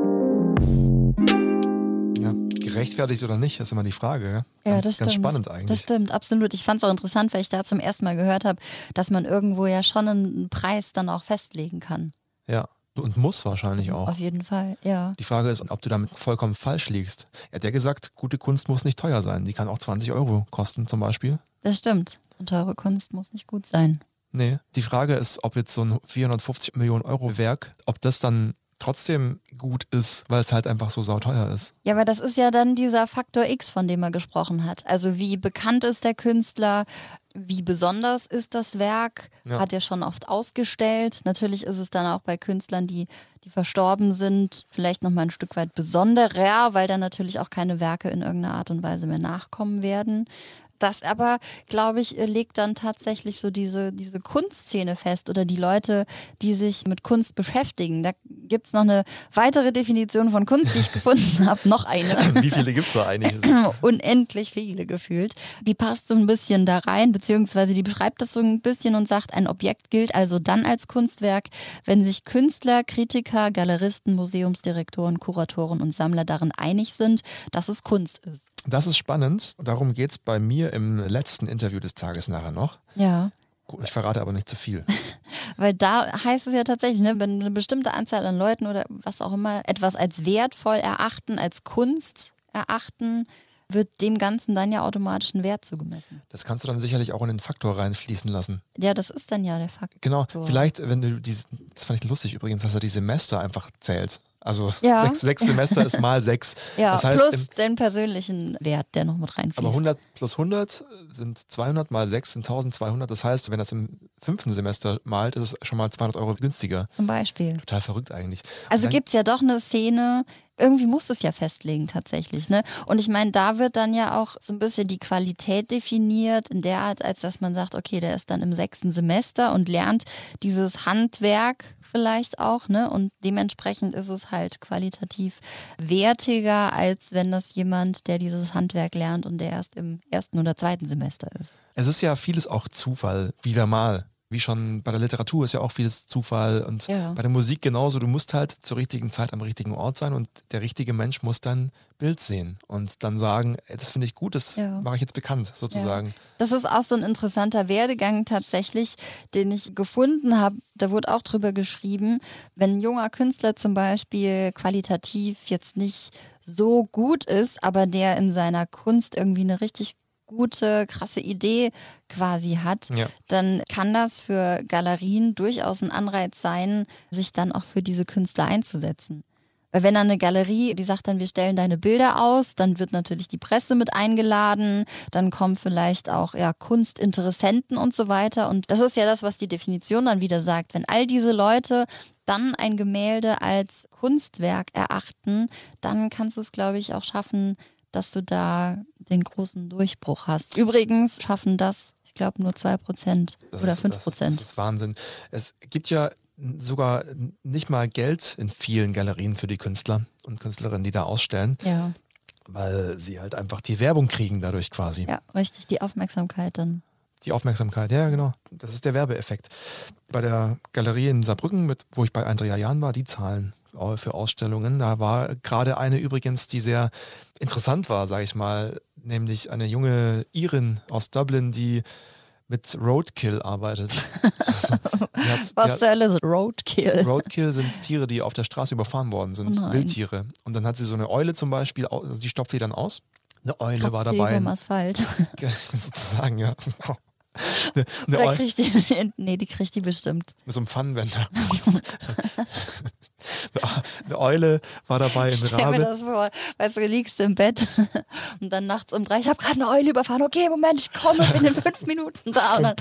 kann. Ja, gerechtfertigt oder nicht, ist immer die Frage. Ja, Das ist ganz spannend eigentlich. Das stimmt, absolut. Ich fand es auch interessant, weil ich da zum ersten Mal gehört habe, dass man irgendwo ja schon einen Preis dann auch festlegen kann. Ja. Und muss wahrscheinlich auch. Auf jeden Fall, ja. Die Frage ist, ob du damit vollkommen falsch liegst. Er hat ja gesagt, gute Kunst muss nicht teuer sein. Die kann auch 20 Euro kosten zum Beispiel. Das stimmt. Und teure Kunst muss nicht gut sein. Nee, die Frage ist, ob jetzt so ein 450 Millionen Euro Werk, ob das dann trotzdem gut ist, weil es halt einfach so sauteuer ist. Ja, aber das ist ja dann dieser Faktor X, von dem er gesprochen hat. Also wie bekannt ist der Künstler, wie besonders ist das Werk, hat er schon oft ausgestellt. Natürlich ist es dann auch bei Künstlern, die verstorben sind, vielleicht nochmal ein Stück weit besonderer, weil dann natürlich auch keine Werke in irgendeiner Art und Weise mehr nachkommen werden. Das aber, glaube ich, legt dann tatsächlich so diese Kunstszene fest oder die Leute, die sich mit Kunst beschäftigen. Da gibt es noch eine weitere Definition von Kunst, die ich gefunden habe. Noch eine. Wie viele gibt es da eigentlich? Unendlich viele gefühlt. Die passt so ein bisschen da rein, beziehungsweise die beschreibt das so ein bisschen und sagt, ein Objekt gilt also dann als Kunstwerk, wenn sich Künstler, Kritiker, Galeristen, Museumsdirektoren, Kuratoren und Sammler darin einig sind, dass es Kunst ist. Das ist spannend. Darum geht es bei mir im letzten Interview des Tages nachher noch. Ja. Ich verrate aber nicht zu viel. Weil da heißt es ja tatsächlich, ne, wenn eine bestimmte Anzahl an Leuten oder was auch immer etwas als wertvoll erachten, als Kunst erachten, wird dem Ganzen dann ja automatisch ein Wert zugemessen. Das kannst du dann sicherlich auch in den Faktor reinfließen lassen. Ja, das ist dann ja der Faktor. Genau, vielleicht, wenn du das fand ich lustig übrigens, dass er die Semester einfach zählt. Also Ja. sechs Semester ist mal 6. Ja, das heißt, plus den persönlichen Wert, der noch mit reinfließt. aber 100 plus 100 sind 200 mal 6 sind 1200. Das heißt, wenn das im 5. Semester malt, ist es schon mal 200 Euro günstiger. Zum Beispiel. Total verrückt eigentlich. Also gibt es ja doch eine Szene, irgendwie muss es ja festlegen tatsächlich, ne? Und ich meine, da wird dann ja auch so ein bisschen die Qualität definiert, in der Art, als dass man sagt, okay, der ist dann im 6. Semester und lernt dieses Handwerk vielleicht auch, ne? Und dementsprechend ist es halt qualitativ wertiger, als wenn das jemand, der dieses Handwerk lernt und der erst im 1. oder 2. Semester ist. Es ist ja vieles auch Zufall, wieder mal. Wie schon bei der Literatur ist ja auch vieles Zufall und bei der Musik genauso. Du musst halt zur richtigen Zeit am richtigen Ort sein und der richtige Mensch muss dein Bild sehen und dann sagen, ey, das finde ich gut, das mache ich jetzt bekannt sozusagen. Ja. Das ist auch so ein interessanter Werdegang tatsächlich, den ich gefunden habe. Da wurde auch drüber geschrieben, wenn ein junger Künstler zum Beispiel qualitativ jetzt nicht so gut ist, aber der in seiner Kunst irgendwie eine richtig gute, krasse Idee quasi hat, dann kann das für Galerien durchaus ein Anreiz sein, sich dann auch für diese Künstler einzusetzen. Weil wenn dann eine Galerie, die sagt dann, wir stellen deine Bilder aus, dann wird natürlich die Presse mit eingeladen, dann kommen vielleicht auch Kunstinteressenten und so weiter. Und das ist ja das, was die Definition dann wieder sagt. Wenn all diese Leute dann ein Gemälde als Kunstwerk erachten, dann kannst du es, glaube ich, auch schaffen, dass du da den großen Durchbruch hast. Übrigens schaffen das, ich glaube, nur 2% oder 5%. Das ist Wahnsinn. Es gibt ja sogar nicht mal Geld in vielen Galerien für die Künstler und Künstlerinnen, die da ausstellen, weil sie halt einfach die Werbung kriegen dadurch quasi. Ja, richtig, die Aufmerksamkeit dann. Die Aufmerksamkeit, ja genau. Das ist der Werbeeffekt. Bei der Galerie in Saarbrücken, wo ich bei Andrea Jahn war, die zahlen für Ausstellungen. Da war gerade eine übrigens, die sehr interessant war, sage ich mal, nämlich eine junge Irin aus Dublin, die mit Roadkill arbeitet. Was zur Hölle ist Roadkill? Roadkill sind Tiere, die auf der Straße überfahren worden sind, Wildtiere. Und dann hat sie so eine Eule zum Beispiel, die stopft sie dann aus. Eine Eule Kratzt war die dabei. vom Asphalt. Sozusagen, ja. Oder kriegt die kriegt die bestimmt. Mit so einem Pfannenwender. Eine Eule war dabei, ein Stell mir Rabe. das vor, weißt du, du liegst im Bett und dann nachts um 3, ich habe gerade eine Eule überfahren, okay, Moment, ich komme, bin in 5 Minuten da und dann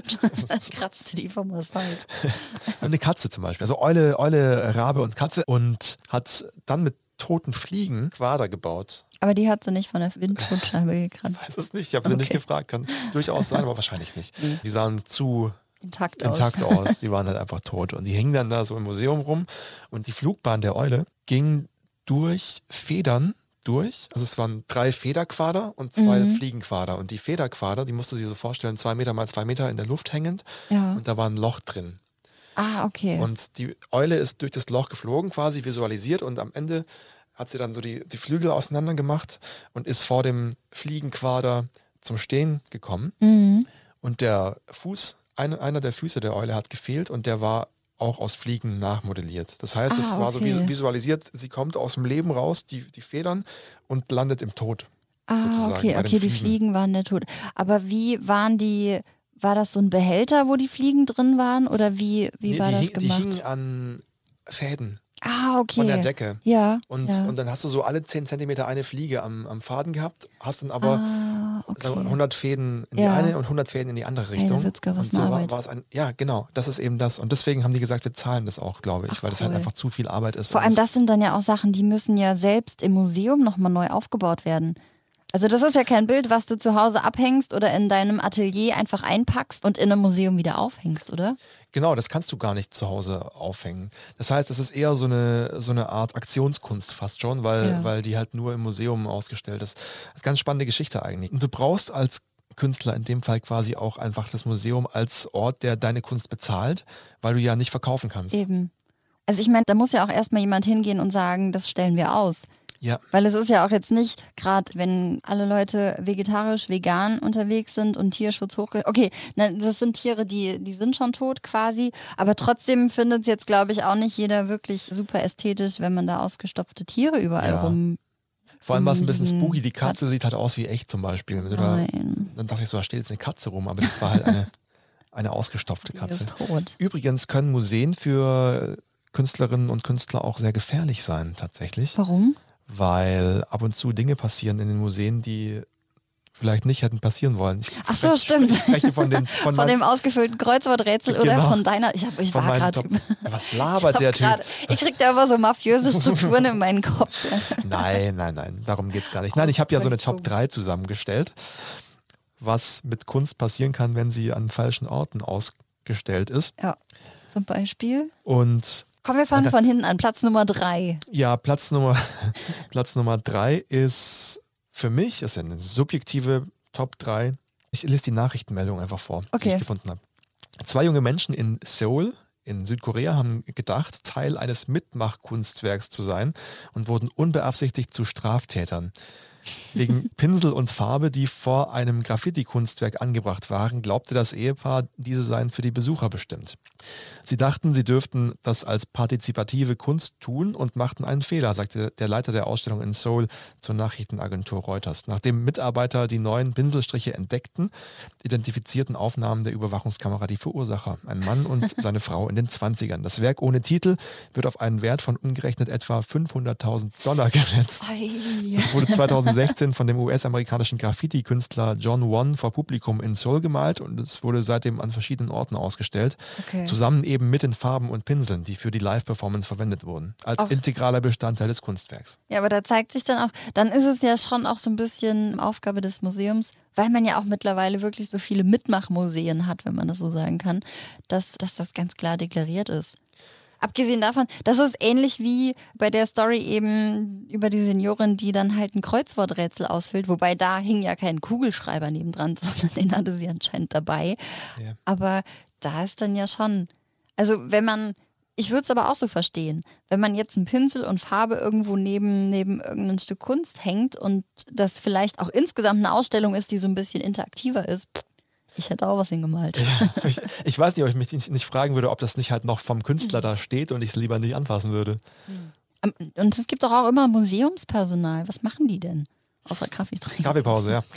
kratzt die vom Asphalt. Eine Katze zum Beispiel. Also Eule, Rabe und Katze. Und hat dann mit toten Fliegen Quader gebaut. Aber die hat sie nicht von der Windschutzscheibe gekratzt. Weiß es nicht, ich habe sie nicht gefragt. Kann durchaus sein, aber wahrscheinlich nicht. Die sahen zu Intakt aus. Die waren halt einfach tot. Und die hingen dann da so im Museum rum. Und die Flugbahn der Eule ging durch Federn durch. Also es waren 3 Federquader und 2 Fliegenquader. Und die Federquader, die musste sie so vorstellen, 2 Meter mal 2 Meter in der Luft hängend. Ja. Und da war ein Loch drin. Ah, okay. Und die Eule ist durch das Loch geflogen, quasi visualisiert. Und am Ende hat sie dann so die Flügel auseinander gemacht und ist vor dem Fliegenquader zum Stehen gekommen. Und der Fuß, einer der Füße der Eule hat gefehlt und der war auch aus Fliegen nachmodelliert. Das heißt, es war so visualisiert, sie kommt aus dem Leben raus, die Federn, und landet im Tod. Sozusagen, okay, die Fliegen waren der Tod. Aber wie waren die, war das so ein Behälter, wo die Fliegen drin waren oder wie war das gemacht? Die hingen an Fäden. Ah, okay. Von der Decke. Ja. Und dann hast du so alle 10 Zentimeter eine Fliege am Faden gehabt, hast dann aber sagen wir, 100 Fäden in die eine und 100 Fäden in die andere Richtung. Und so war es ja, genau, das ist eben das. Und deswegen haben die gesagt, wir zahlen das auch, glaube ich, weil das halt einfach zu viel Arbeit ist. Vor allem das sind dann ja auch Sachen, die müssen ja selbst im Museum nochmal neu aufgebaut werden. Also das ist ja kein Bild, was du zu Hause abhängst oder in deinem Atelier einfach einpackst und in einem Museum wieder aufhängst, oder? Genau, das kannst du gar nicht zu Hause aufhängen. Das heißt, das ist eher so eine Art Aktionskunst fast schon, weil die halt nur im Museum ausgestellt ist. Das ist eine ganz spannende Geschichte eigentlich. Und du brauchst als Künstler in dem Fall quasi auch einfach das Museum als Ort, der deine Kunst bezahlt, weil du ja nicht verkaufen kannst. Eben. Also ich meine, da muss ja auch erstmal jemand hingehen und sagen, das stellen wir aus. Ja. Weil es ist ja auch jetzt nicht, gerade wenn alle Leute vegetarisch, vegan unterwegs sind und Tierschutz hoch... Okay, das sind Tiere, die sind schon tot quasi, aber trotzdem findet es jetzt, glaube ich, auch nicht jeder wirklich super ästhetisch, wenn man da ausgestopfte Tiere überall rum... Vor allem war es ein bisschen spooky. Die Katze sieht halt aus wie echt zum Beispiel. Wenn du dann dachte ich so, da steht jetzt eine Katze rum, aber das war halt eine ausgestopfte Katze. Die ist tot. Übrigens können Museen für Künstlerinnen und Künstler auch sehr gefährlich sein, tatsächlich. Warum? Weil ab und zu Dinge passieren in den Museen, die vielleicht nicht hätten passieren wollen. Ach so, stimmt. Ich spreche von dem ausgefüllten Kreuzworträtsel oder von deiner... Ich war gerade... Was labert der Typ? Ich krieg da immer so mafiöse Strukturen in meinen Kopf. Nein, darum geht es gar nicht. Nein, ich habe ja so eine Top 3 zusammengestellt, was mit Kunst passieren kann, wenn sie an falschen Orten ausgestellt ist. Ja, zum Beispiel. Und komm, wir fangen von hinten an. Platz Nummer 3. Ja, Platz Nummer 3 ist für mich, das ist eine subjektive Top 3. Ich lese die Nachrichtenmeldung einfach vor, die ich gefunden habe. 2 junge Menschen in Seoul in Südkorea haben gedacht, Teil eines Mitmachkunstwerks zu sein und wurden unbeabsichtigt zu Straftätern. Wegen Pinsel und Farbe, die vor einem Graffiti-Kunstwerk angebracht waren, glaubte das Ehepaar, diese seien für die Besucher bestimmt. Sie dachten, sie dürften das als partizipative Kunst tun und machten einen Fehler, sagte der Leiter der Ausstellung in Seoul zur Nachrichtenagentur Reuters. Nachdem Mitarbeiter die neuen Pinselstriche entdeckten, identifizierten Aufnahmen der Überwachungskamera die Verursacher, ein Mann und seine Frau in den 20ern. Das Werk ohne Titel wird auf einen Wert von umgerechnet etwa $500.000 geschätzt. Es wurde 2016 von dem US-amerikanischen Graffiti-Künstler John Won vor Publikum in Seoul gemalt und es wurde seitdem an verschiedenen Orten ausgestellt. Zusammen eben mit den Farben und Pinseln, die für die Live-Performance verwendet wurden, als integraler Bestandteil des Kunstwerks. Ja, aber da zeigt sich dann auch, dann ist es ja schon auch so ein bisschen Aufgabe des Museums, weil man ja auch mittlerweile wirklich so viele Mitmachmuseen hat, wenn man das so sagen kann, dass das ganz klar deklariert ist. Abgesehen davon, das ist ähnlich wie bei der Story eben über die Seniorin, die dann halt ein Kreuzworträtsel ausfüllt, wobei da hing ja kein Kugelschreiber nebendran, sondern den hatte sie anscheinend dabei. Ja. Aber da ist dann ja schon, also ich würde es aber auch so verstehen, wenn man jetzt einen Pinsel und Farbe irgendwo neben irgendein Stück Kunst hängt und das vielleicht auch insgesamt eine Ausstellung ist, die so ein bisschen interaktiver ist, ich hätte auch was hingemalt. Ja, ich weiß nicht, ob ich mich nicht fragen würde, ob das nicht halt noch vom Künstler da steht und ich es lieber nicht anfassen würde. Und es gibt doch auch immer Museumspersonal. Was machen die denn? Außer Kaffee trinken. Kaffeepause, ja,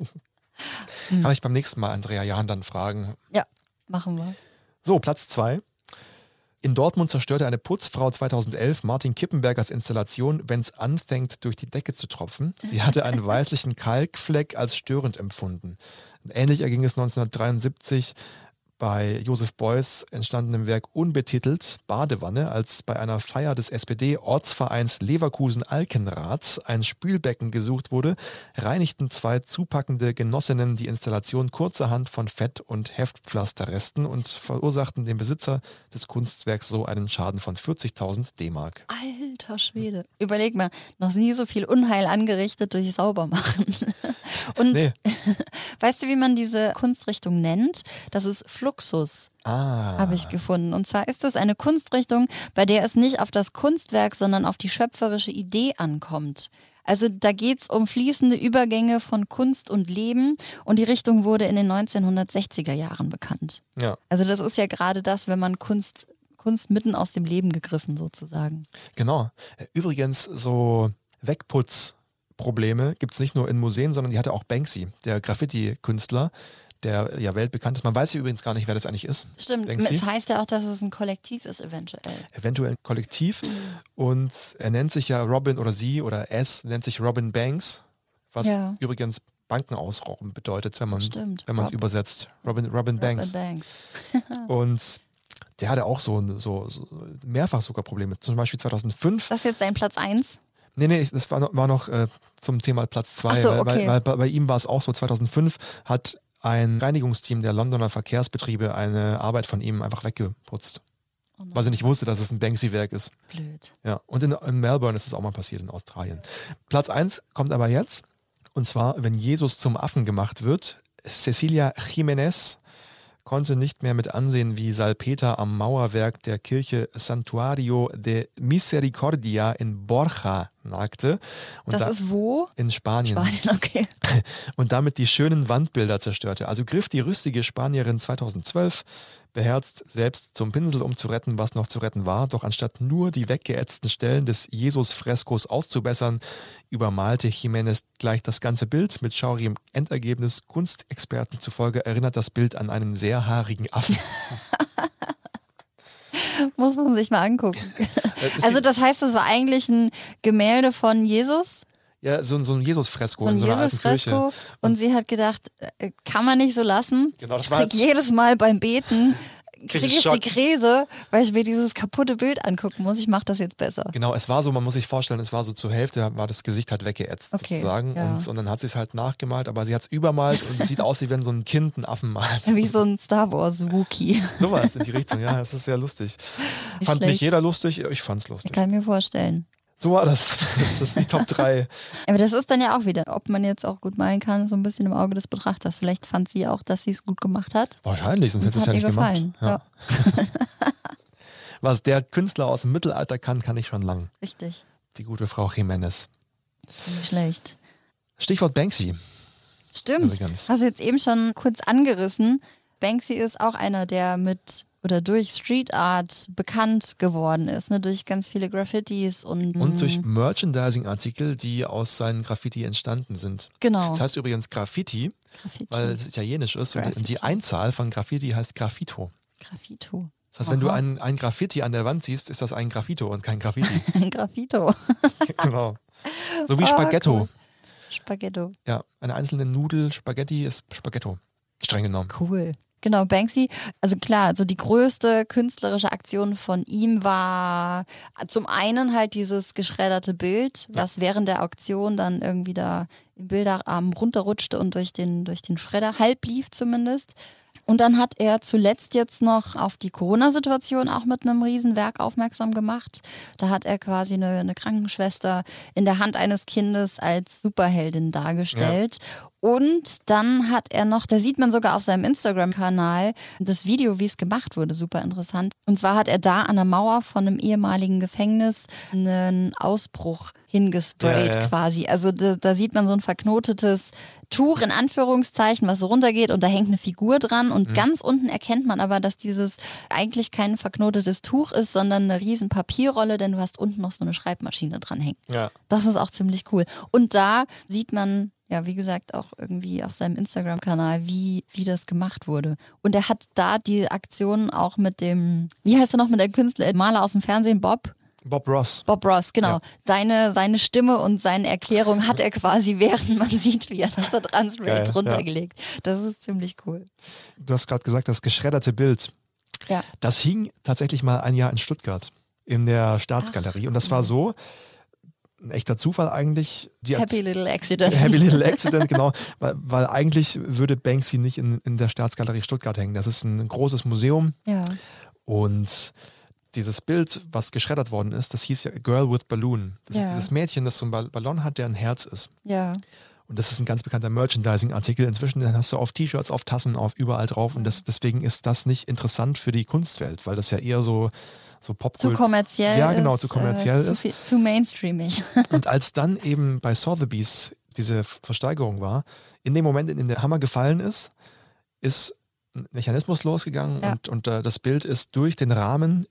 genau. Kann ich beim nächsten Mal Andrea Jahn dann fragen. Ja, machen wir. So, Platz 2. In Dortmund zerstörte eine Putzfrau 2011 Martin Kippenbergers Installation, wenn's anfängt, durch die Decke zu tropfen. Sie hatte einen weißlichen Kalkfleck als störend empfunden. Ähnlich erging es 1973 bei Josef Beuys entstandenem Werk Unbetitelt Badewanne, als bei einer Feier des SPD-Ortsvereins Leverkusen-Alkenrath ein Spülbecken gesucht wurde, reinigten 2 zupackende Genossinnen die Installation kurzerhand von Fett- und Heftpflasterresten und verursachten dem Besitzer des Kunstwerks so einen Schaden von 40.000 D-Mark. Alter Schwede. Überleg mal, noch nie so viel Unheil angerichtet durch Saubermachen. Und Nee. weißt du, wie man diese Kunstrichtung nennt? Das ist Fluxus, habe ich gefunden. Und zwar ist es eine Kunstrichtung, bei der es nicht auf das Kunstwerk, sondern auf die schöpferische Idee ankommt. Also da geht es um fließende Übergänge von Kunst und Leben und die Richtung wurde in den 1960er Jahren bekannt. Ja, Also das ist ja gerade das, wenn man Kunst mitten aus dem Leben gegriffen sozusagen. genau. Übrigens, so Wegputzprobleme gibt es nicht nur in Museen, sondern die hatte auch Banksy, der Graffiti-Künstler, der ja weltbekannt ist. Man weiß ja übrigens gar nicht, wer das eigentlich ist. Stimmt, Banksy. es heißt ja auch, dass es ein Kollektiv ist eventuell. Eventuell ein Kollektiv. Und er nennt sich ja Robin oder sie oder es nennt sich Robin Banks, was Ja. übrigens Banken ausrauben bedeutet, wenn man Stimmt. es übersetzt. Robin Banks. Banks. Und der hatte auch so mehrfach sogar Probleme. Zum Beispiel 2005. Das ist jetzt dein Platz 1? Nee, das war noch zum Thema Platz 2. Ach so, okay. Weil bei ihm war es auch so, 2005 hat ein Reinigungsteam der Londoner Verkehrsbetriebe eine Arbeit von ihm einfach weggeputzt. Oh nein. Weil sie nicht wusste, dass es ein Banksy-Werk ist. Blöd. Ja, und in Melbourne ist es auch mal passiert, in Australien. Platz 1 kommt aber jetzt, und zwar, wenn Jesus zum Affen gemacht wird. Cecilia Jiménez konnte nicht mehr mit ansehen, wie Salpeter am Mauerwerk der Kirche Santuario de Misericordia in Borja nagte. Und Das ist wo? in Spanien. Okay. Und damit die schönen Wandbilder zerstörte. Also griff die rüstige Spanierin 2012 beherzt selbst zum Pinsel, um zu retten, was noch zu retten war. Doch anstatt nur die weggeätzten Stellen des Jesus-Freskos auszubessern, übermalte Jiménez gleich das ganze Bild. Mit schaurigem Endergebnis. Kunstexperten zufolge erinnert das Bild an einen sehr haarigen Affen. Muss man sich mal angucken. Also das heißt, das war eigentlich ein Gemälde von Jesus? Ja, so ein Jesus-Fresko Von in so einer alten Kirche. Jesus-Fresko. Und sie hat gedacht, kann man nicht so lassen. Genau, das Ich war krieg jedes Mal beim Beten, kriege ich Schock. die Krise, weil ich mir dieses kaputte Bild angucken muss. Ich mache das jetzt besser. Genau, es war so, man muss sich vorstellen, es war so zur Hälfte, war das Gesicht halt weggeätzt sozusagen. ja. Und dann hat sie es halt nachgemalt, aber sie hat es übermalt und es sieht aus, wie wenn so ein Kind einen Affen malt. Wie so ein Star Wars Wookie. Sowas in die Richtung, ja, es ist sehr lustig. Nicht Fand nicht schlecht. jeder lustig, ich fand's Ich lustig. kann mir vorstellen. So war das. Das ist die Top 3. Aber das ist dann ja auch wieder, ob man jetzt auch gut malen kann, so ein bisschen im Auge des Betrachters. Vielleicht fand sie auch, dass sie es gut gemacht hat. Wahrscheinlich, sonst Und hätte es sie es ja hat nicht ihr gemacht. gefallen. Ja. Was der Künstler aus dem Mittelalter kann ich schon lang. Richtig. Die gute Frau Jiménez. Nicht schlecht. Stichwort Banksy. Stimmt. Übrigens. Hast du jetzt eben schon kurz angerissen. Banksy ist auch einer, der mit oder durch Street Art bekannt geworden ist, ne? Durch ganz viele Graffitis und durch Merchandising-Artikel, die aus seinen Graffiti entstanden sind. genau. Das heißt übrigens Graffiti, weil es italienisch ist. Und die Graffiti. Einzahl von Graffiti heißt Graffito. Graffito. Das heißt, wenn du Aha. ein Graffiti an der Wand siehst, ist das ein Graffito und kein Graffiti. Ein Graffito. Genau. So wie Oh, Spaghetto. cool. Spaghetto. Ja, eine einzelne Nudel Spaghetti ist Spaghetto. Streng genommen. Cool. Genau, Banksy, also klar, so die größte künstlerische Aktion von ihm war zum einen halt dieses geschredderte Bild, was während der Auktion dann irgendwie da im Bilderrahmen runterrutschte und durch den Schredder halb lief zumindest. Und dann hat er zuletzt jetzt noch auf die Corona-Situation auch mit einem Riesenwerk aufmerksam gemacht. Da hat er quasi eine Krankenschwester in der Hand eines Kindes als Superheldin dargestellt. Und dann hat er noch, da sieht man sogar auf seinem Instagram-Kanal das Video, wie es gemacht wurde, super interessant. Und zwar hat er da an der Mauer von einem ehemaligen Gefängnis einen Ausbruch hingesprayt quasi. Also da sieht man so ein verknotetes Tuch in Anführungszeichen, was so runtergeht und da hängt eine Figur dran und ganz unten erkennt man aber, dass dieses eigentlich kein verknotetes Tuch ist, sondern eine riesen Papierrolle, denn du hast unten noch so eine Schreibmaschine dran hängen. Ja. Das ist auch ziemlich cool. Und da sieht man, ja, wie gesagt, auch irgendwie auf seinem Instagram-Kanal, wie das gemacht wurde. Und er hat da die Aktion auch mit dem, wie heißt er noch, mit der Künstler, Maler aus dem Fernsehen, Bob Ross, genau. Ja. Seine Stimme und seine Erklärung hat er quasi, während man sieht, wie er das da dran sprayt, runtergelegt. Ja. Das ist ziemlich cool. Du hast gerade gesagt, das geschredderte Bild. Ja. Das hing tatsächlich mal ein Jahr in Stuttgart in der Staatsgalerie. Und das war so, ein echter Zufall eigentlich. Happy Little Accident. Happy Little Accident, genau. Weil eigentlich würde Banksy nicht in der Staatsgalerie Stuttgart hängen. Das ist ein großes Museum. Ja. Und dieses Bild, was geschreddert worden ist, das hieß ja Girl with Balloon. Das ist dieses Mädchen, das so einen Ballon hat, der ein Herz ist. Ja. Und das ist ein ganz bekannter Merchandising-Artikel. Inzwischen den hast du auf T-Shirts, auf Tassen, auf überall drauf. Und deswegen ist das nicht interessant für die Kunstwelt, weil das ja eher so Popkultur. Zu kommerziell. Ja, genau, zu kommerziell ist. Zu mainstreamig. Und als dann eben bei Sotheby's diese Versteigerung war, in dem Moment, in dem der Hammer gefallen ist ein Mechanismus losgegangen und das Bild ist durch den Rahmen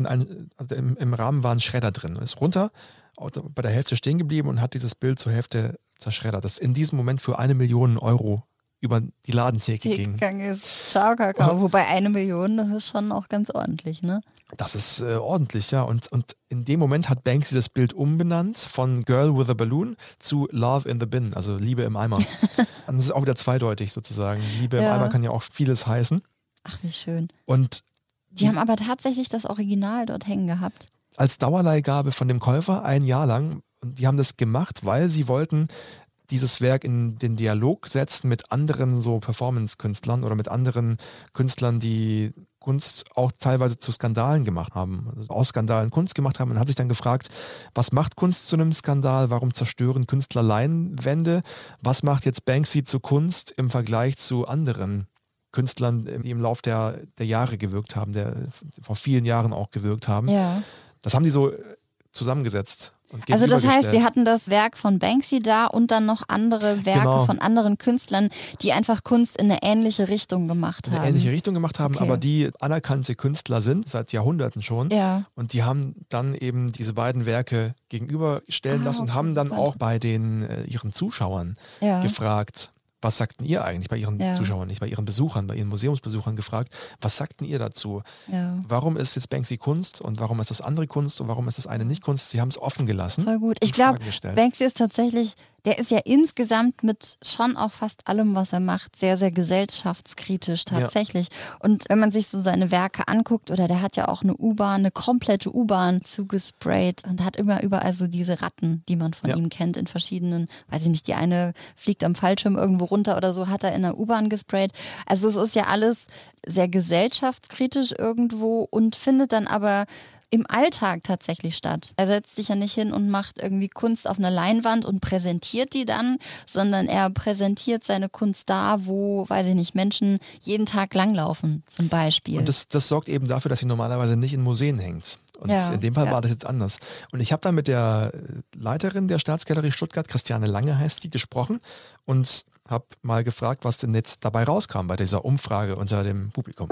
im Rahmen war ein Schredder drin und ist runter, bei der Hälfte stehen geblieben und hat dieses Bild zur Hälfte zerschreddert. Das in diesem Moment für 1 Million Euro über die Ladentheke ging. Ciao, Kakao. Wobei 1 Million, das ist schon auch ganz ordentlich, ne? Das ist ordentlich, ja. Und in dem Moment hat Banksy das Bild umbenannt von Girl with a Balloon zu Love in the Bin, also Liebe im Eimer. Und das ist auch wieder zweideutig sozusagen. Liebe im Eimer kann ja auch vieles heißen. Ach, wie schön. Und die haben aber tatsächlich das Original dort hängen gehabt. Als Dauerleihgabe von dem Käufer 1 Jahr lang. Und die haben das gemacht, weil sie wollten dieses Werk in den Dialog setzen mit anderen so Performance-Künstlern oder mit anderen Künstlern, die Kunst auch teilweise zu Skandalen gemacht haben, also aus Skandalen Kunst gemacht haben. Man hat sich dann gefragt, was macht Kunst zu einem Skandal? Warum zerstören Künstler Leinwände? Was macht jetzt Banksy zu Kunst im Vergleich zu anderen Künstlern, die im Lauf der Jahre gewirkt haben, der vor vielen Jahren auch gewirkt haben? Ja. Das haben die so zusammengesetzt. Also das heißt, die hatten das Werk von Banksy da und dann noch andere Werke von anderen Künstlern, die einfach Kunst in eine ähnliche Richtung gemacht haben. In eine ähnliche Richtung gemacht haben, aber die anerkannte Künstler sind, seit Jahrhunderten schon. Ja. Und die haben dann eben diese beiden Werke gegenüberstellen lassen und haben dann auch bei ihren Zuschauern gefragt, was sagten ihr eigentlich bei ihren Zuschauern, nicht bei ihren Besuchern, bei ihren Museumsbesuchern gefragt, was sagten ihr dazu? Ja. Warum ist jetzt Banksy Kunst und warum ist das andere Kunst und warum ist das eine nicht Kunst? Sie haben es offen gelassen. Voll gut. Ich glaube, Banksy ist tatsächlich, der ist ja insgesamt mit schon auch fast allem, was er macht, sehr, sehr gesellschaftskritisch tatsächlich. Ja. Und wenn man sich so seine Werke anguckt, oder der hat ja auch eine komplette U-Bahn zugesprayt und hat immer überall so diese Ratten, die man von ihm kennt in verschiedenen, weiß ich nicht, die eine fliegt am Fallschirm irgendwo runter oder so, hat er in der U-Bahn gesprayt. Also es ist ja alles sehr gesellschaftskritisch irgendwo und findet dann aber im Alltag tatsächlich statt. Er setzt sich ja nicht hin und macht irgendwie Kunst auf einer Leinwand und präsentiert die dann, sondern er präsentiert seine Kunst da, wo, weiß ich nicht, Menschen jeden Tag langlaufen zum Beispiel. Und das sorgt eben dafür, dass sie normalerweise nicht in Museen hängt. Und in dem Fall war das jetzt anders. Und ich habe dann mit der Leiterin der Staatsgalerie Stuttgart, Christiane Lange heißt die, gesprochen und habe mal gefragt, was denn jetzt dabei rauskam bei dieser Umfrage unter dem Publikum.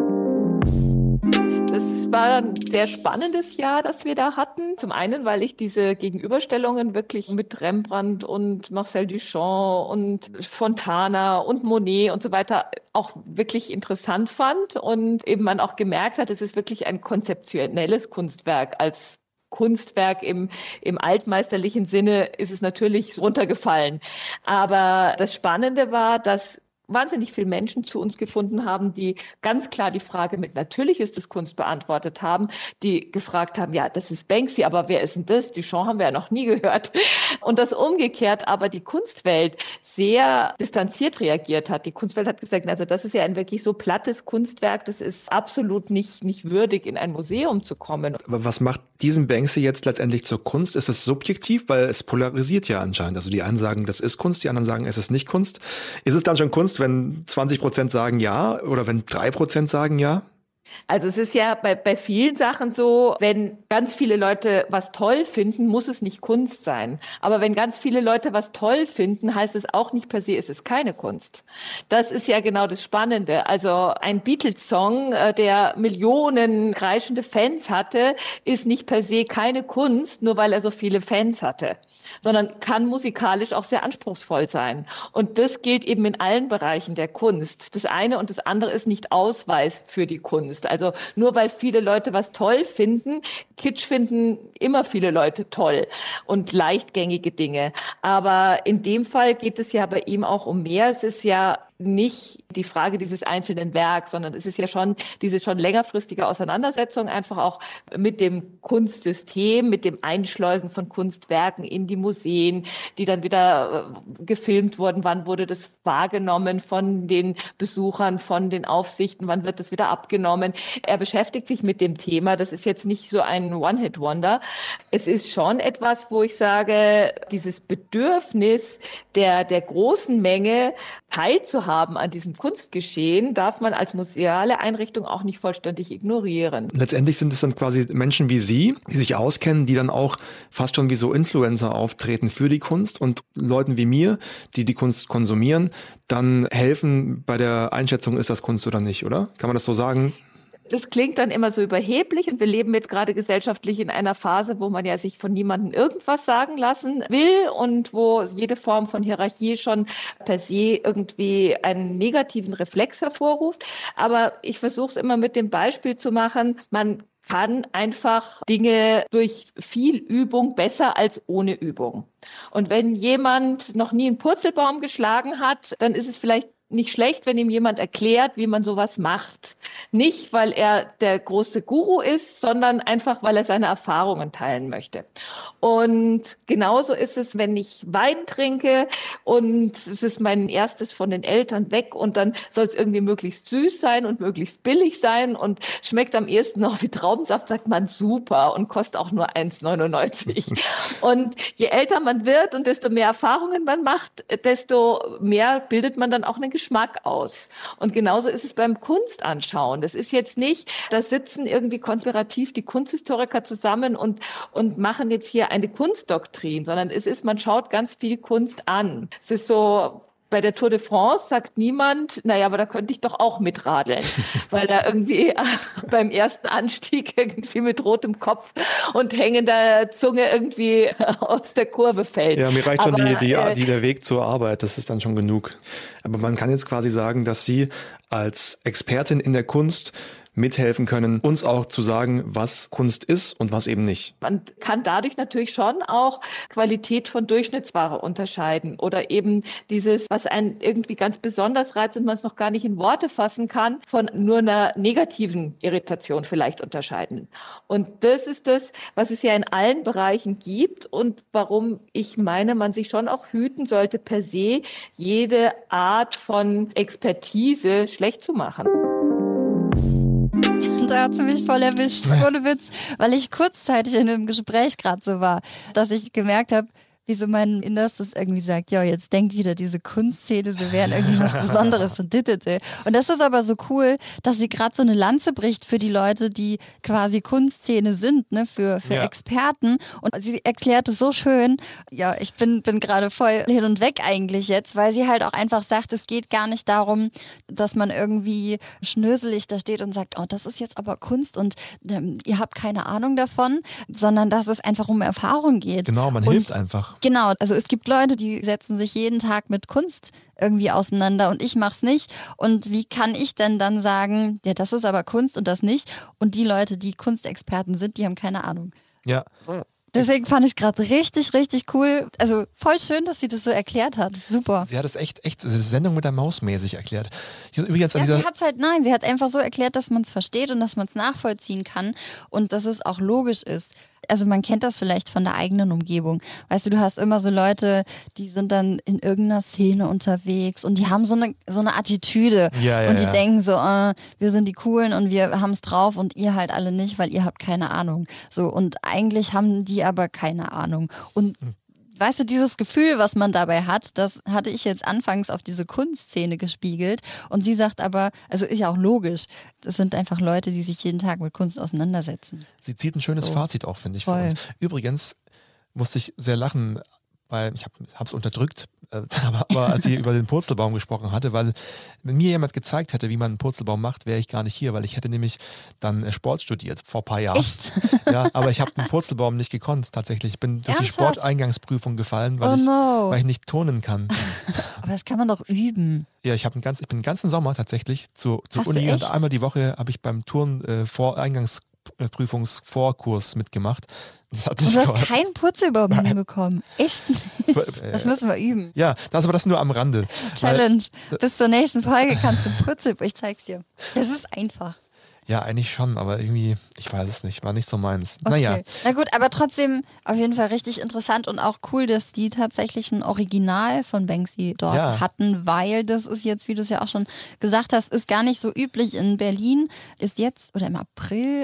Es war ein sehr spannendes Jahr, das wir da hatten. Zum einen, weil ich diese Gegenüberstellungen wirklich mit Rembrandt und Marcel Duchamp und Fontana und Monet und so weiter auch wirklich interessant fand und eben man auch gemerkt hat, es ist wirklich ein konzeptionelles Kunstwerk. Als Kunstwerk im altmeisterlichen Sinne ist es natürlich runtergefallen. Aber das Spannende war, dass wahnsinnig viele Menschen zu uns gefunden haben, die ganz klar die Frage mit natürlich ist es Kunst beantwortet haben, die gefragt haben, ja, das ist Banksy, aber wer ist denn das? Duchamp haben wir ja noch nie gehört. Und das umgekehrt aber die Kunstwelt sehr distanziert reagiert hat. Die Kunstwelt hat gesagt, also das ist ja ein wirklich so plattes Kunstwerk, das ist absolut nicht würdig, in ein Museum zu kommen. Aber was macht diesen Banksy jetzt letztendlich zur Kunst? Ist es subjektiv? Weil es polarisiert ja anscheinend. Also die einen sagen, das ist Kunst, die anderen sagen, es ist nicht Kunst. Ist es dann schon Kunst, wenn 20% sagen ja oder wenn 3% sagen ja? Also es ist ja bei vielen Sachen so, wenn ganz viele Leute was toll finden, muss es nicht Kunst sein. Aber wenn ganz viele Leute was toll finden, heißt es auch nicht per se, es ist keine Kunst. Das ist ja genau das Spannende. Also ein Beatles-Song, der Millionen kreischende Fans hatte, ist nicht per se keine Kunst, nur weil er so viele Fans hatte, sondern kann musikalisch auch sehr anspruchsvoll sein. Und das gilt eben in allen Bereichen der Kunst. Das eine und das andere ist nicht Ausweis für die Kunst. Also nur weil viele Leute was toll finden, Kitsch finden immer viele Leute toll und leichtgängige Dinge. Aber in dem Fall geht es ja bei ihm auch um mehr. Es ist ja nicht die Frage dieses einzelnen Werks, sondern es ist ja schon diese schon längerfristige Auseinandersetzung einfach auch mit dem Kunstsystem, mit dem Einschleusen von Kunstwerken in die Museen, die dann wieder gefilmt wurden. Wann wurde das wahrgenommen von den Besuchern, von den Aufsichten? Wann wird das wieder abgenommen? Er beschäftigt sich mit dem Thema. Das ist jetzt nicht so ein One-Hit-Wonder. Es ist schon etwas, wo ich sage, dieses Bedürfnis der großen Menge teilzuhaben an diesem Kunstgeschehen, darf man als museale Einrichtung auch nicht vollständig ignorieren. Letztendlich sind es dann quasi Menschen wie Sie, die sich auskennen, die dann auch fast schon wie so Influencer auftreten für die Kunst und Leuten wie mir, die die Kunst konsumieren, dann helfen bei der Einschätzung, ist das Kunst oder nicht, oder? Kann man das so sagen? Das klingt dann immer so überheblich und wir leben jetzt gerade gesellschaftlich in einer Phase, wo man ja sich von niemandem irgendwas sagen lassen will und wo jede Form von Hierarchie schon per se irgendwie einen negativen Reflex hervorruft. Aber ich versuche es immer mit dem Beispiel zu machen, man kann einfach Dinge durch viel Übung besser als ohne Übung. Und wenn jemand noch nie einen Purzelbaum geschlagen hat, dann ist es vielleicht nicht schlecht, wenn ihm jemand erklärt, wie man sowas macht. Nicht, weil er der große Guru ist, sondern einfach, weil er seine Erfahrungen teilen möchte. Und genauso ist es, wenn ich Wein trinke und es ist mein erstes von den Eltern weg und dann soll es irgendwie möglichst süß sein und möglichst billig sein und schmeckt am ehesten noch wie Traubensaft, sagt man super und kostet auch nur 1,99. Und je älter man wird und desto mehr Erfahrungen man macht, desto mehr bildet man dann auch einen Geschmack aus. Und genauso ist es beim Kunstanschauen. Das ist jetzt nicht, da sitzen irgendwie konspirativ die Kunsthistoriker zusammen und machen jetzt hier eine Kunstdoktrin, sondern es ist, man schaut ganz viel Kunst an. Es ist so, bei der Tour de France sagt niemand, naja, aber da könnte ich doch auch mitradeln, weil da irgendwie beim ersten Anstieg irgendwie mit rotem Kopf und hängender Zunge irgendwie aus der Kurve fällt. Ja, mir reicht schon der Weg zur Arbeit, das ist dann schon genug. Aber man kann jetzt quasi sagen, dass Sie als Expertin in der Kunst mithelfen können, uns auch zu sagen, was Kunst ist und was eben nicht. Man kann dadurch natürlich schon auch Qualität von Durchschnittsware unterscheiden oder eben dieses, was einen irgendwie ganz besonders reizt und man es noch gar nicht in Worte fassen kann, von nur einer negativen Irritation vielleicht unterscheiden. Und das ist das, was es ja in allen Bereichen gibt und warum ich meine, man sich schon auch hüten sollte, per se jede Art von Expertise schlecht zu machen. Da hat sie mich voll erwischt, ohne Witz, weil ich kurzzeitig in einem Gespräch gerade so war, dass ich gemerkt habe, wie so mein Innerstes irgendwie sagt, ja, jetzt denkt wieder diese Kunstszene, sie wären irgendwie was Besonderes und dittete. Und das ist aber so cool, dass sie gerade so eine Lanze bricht für die Leute, die quasi Kunstszene sind, ne, für Experten. Und sie erklärt es so schön. Ja, ich bin gerade voll hin und weg eigentlich jetzt, weil sie halt auch einfach sagt, es geht gar nicht darum, dass man irgendwie schnöselig da steht und sagt, oh, das ist jetzt aber Kunst und ihr habt keine Ahnung davon, sondern dass es einfach um Erfahrung geht. Genau, man hilft einfach. Genau, also es gibt Leute, die setzen sich jeden Tag mit Kunst irgendwie auseinander und ich mach's nicht. Und wie kann ich denn dann sagen, ja, das ist aber Kunst und das nicht? Und die Leute, die Kunstexperten sind, die haben keine Ahnung. Ja. So. Deswegen fand ich es gerade richtig, richtig cool. Also voll schön, dass sie das so erklärt hat. Super. Sie hat es echt Sendung mit der Maus mäßig erklärt. Übrigens an Ja, sie hat einfach so erklärt, dass man es versteht und dass man es nachvollziehen kann und dass es auch logisch ist. Also man kennt das vielleicht von der eigenen Umgebung. Weißt du hast immer so Leute, die sind dann in irgendeiner Szene unterwegs und die haben so eine Attitüde und die denken so, wir sind die Coolen und wir haben es drauf und ihr halt alle nicht, weil ihr habt keine Ahnung. So, und eigentlich haben die aber keine Ahnung. Und weißt du, dieses Gefühl, was man dabei hat, das hatte ich jetzt anfangs auf diese Kunstszene gespiegelt. Und sie sagt aber, also ist ja auch logisch, das sind einfach Leute, die sich jeden Tag mit Kunst auseinandersetzen. Sie zieht ein schönes Fazit auch, finde ich, für uns. Übrigens musste ich sehr lachen, weil ich habe es unterdrückt, aber als sie über den Purzelbaum gesprochen hatte, weil wenn mir jemand gezeigt hätte, wie man einen Purzelbaum macht, wäre ich gar nicht hier, weil ich hätte nämlich dann Sport studiert vor ein paar Jahren. Echt? Ja, aber ich habe den Purzelbaum nicht gekonnt tatsächlich. Ich bin durch die Sporteingangsprüfung gefallen, weil ich nicht turnen kann. Aber das kann man doch üben. Ja, ich bin den ganzen Sommer tatsächlich zur Uni und einmal die Woche habe ich beim Turnen Eingangsprüfungsvorkurs mitgemacht. Das hat nicht geholfen. Du hast keinen Purzelbaum hinbekommen. Echt nicht. Das müssen wir üben. Ja, aber das nur am Rande. Challenge. Bis zur nächsten Folge kannst du Purzelbaum. Ich zeig's dir. Das ist einfach. Ja, eigentlich schon, aber irgendwie, ich weiß es nicht, war nicht so meins. Okay. Naja. Na gut, aber trotzdem auf jeden Fall richtig interessant und auch cool, dass die tatsächlich ein Original von Banksy dort hatten, weil das ist jetzt, wie du es ja auch schon gesagt hast, ist gar nicht so üblich in Berlin. Ist jetzt, oder im April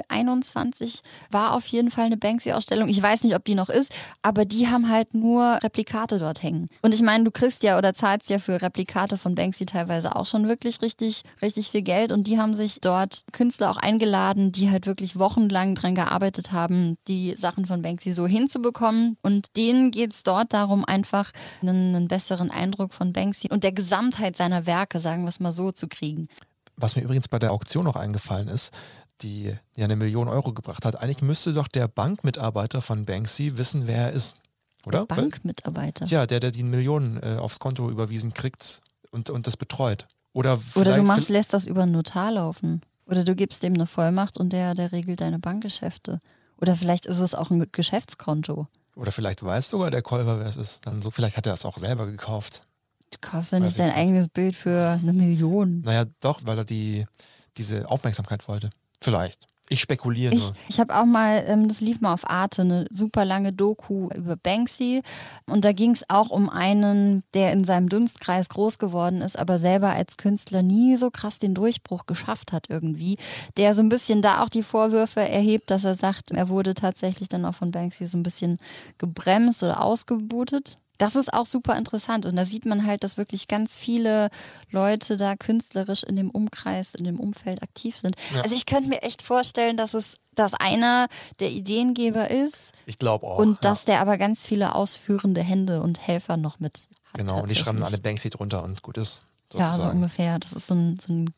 21 war auf jeden Fall eine Banksy-Ausstellung. Ich weiß nicht, ob die noch ist, aber die haben halt nur Replikate dort hängen. Und ich meine, du kriegst ja oder zahlst ja für Replikate von Banksy teilweise auch schon wirklich richtig, richtig viel Geld und die haben sich dort Künstler auch eingeladen, die halt wirklich wochenlang dran gearbeitet haben, die Sachen von Banksy so hinzubekommen. Und denen geht es dort darum, einfach einen besseren Eindruck von Banksy und der Gesamtheit seiner Werke, sagen wir es mal so, zu kriegen. Was mir übrigens bei der Auktion noch eingefallen ist, die ja 1 Million Euro gebracht hat, eigentlich müsste doch der Bankmitarbeiter von Banksy wissen, wer er ist, oder? Der Bankmitarbeiter? Ja, der die Millionen aufs Konto überwiesen kriegt und das betreut. Oder du lässt das über einen Notar laufen. Oder du gibst dem eine Vollmacht und der regelt deine Bankgeschäfte. Oder vielleicht ist es auch ein Geschäftskonto. Oder vielleicht weiß sogar der Käufer, wer es ist. Dann so, vielleicht hat er es auch selber gekauft. Du kaufst ja nicht dein eigenes Bild für 1 Million. Naja, doch, weil er diese Aufmerksamkeit wollte. Vielleicht. Ich spekuliere nur. Ich habe auch mal, das lief mal auf Arte, eine super lange Doku über Banksy. Und da ging es auch um einen, der in seinem Dunstkreis groß geworden ist, aber selber als Künstler nie so krass den Durchbruch geschafft hat irgendwie. Der so ein bisschen da auch die Vorwürfe erhebt, dass er sagt, er wurde tatsächlich dann auch von Banksy so ein bisschen gebremst oder ausgebutet. Das ist auch super interessant und da sieht man halt, dass wirklich ganz viele Leute da künstlerisch in dem Umkreis, in dem Umfeld aktiv sind. Ja. Also ich könnte mir echt vorstellen, dass einer der Ideengeber ist. Ich glaube auch. Und dass der aber ganz viele ausführende Hände und Helfer noch mit hat. Genau, und die schreiben alle Banksy drunter und gut ist. Sozusagen. Ja, so ungefähr. Das ist so ein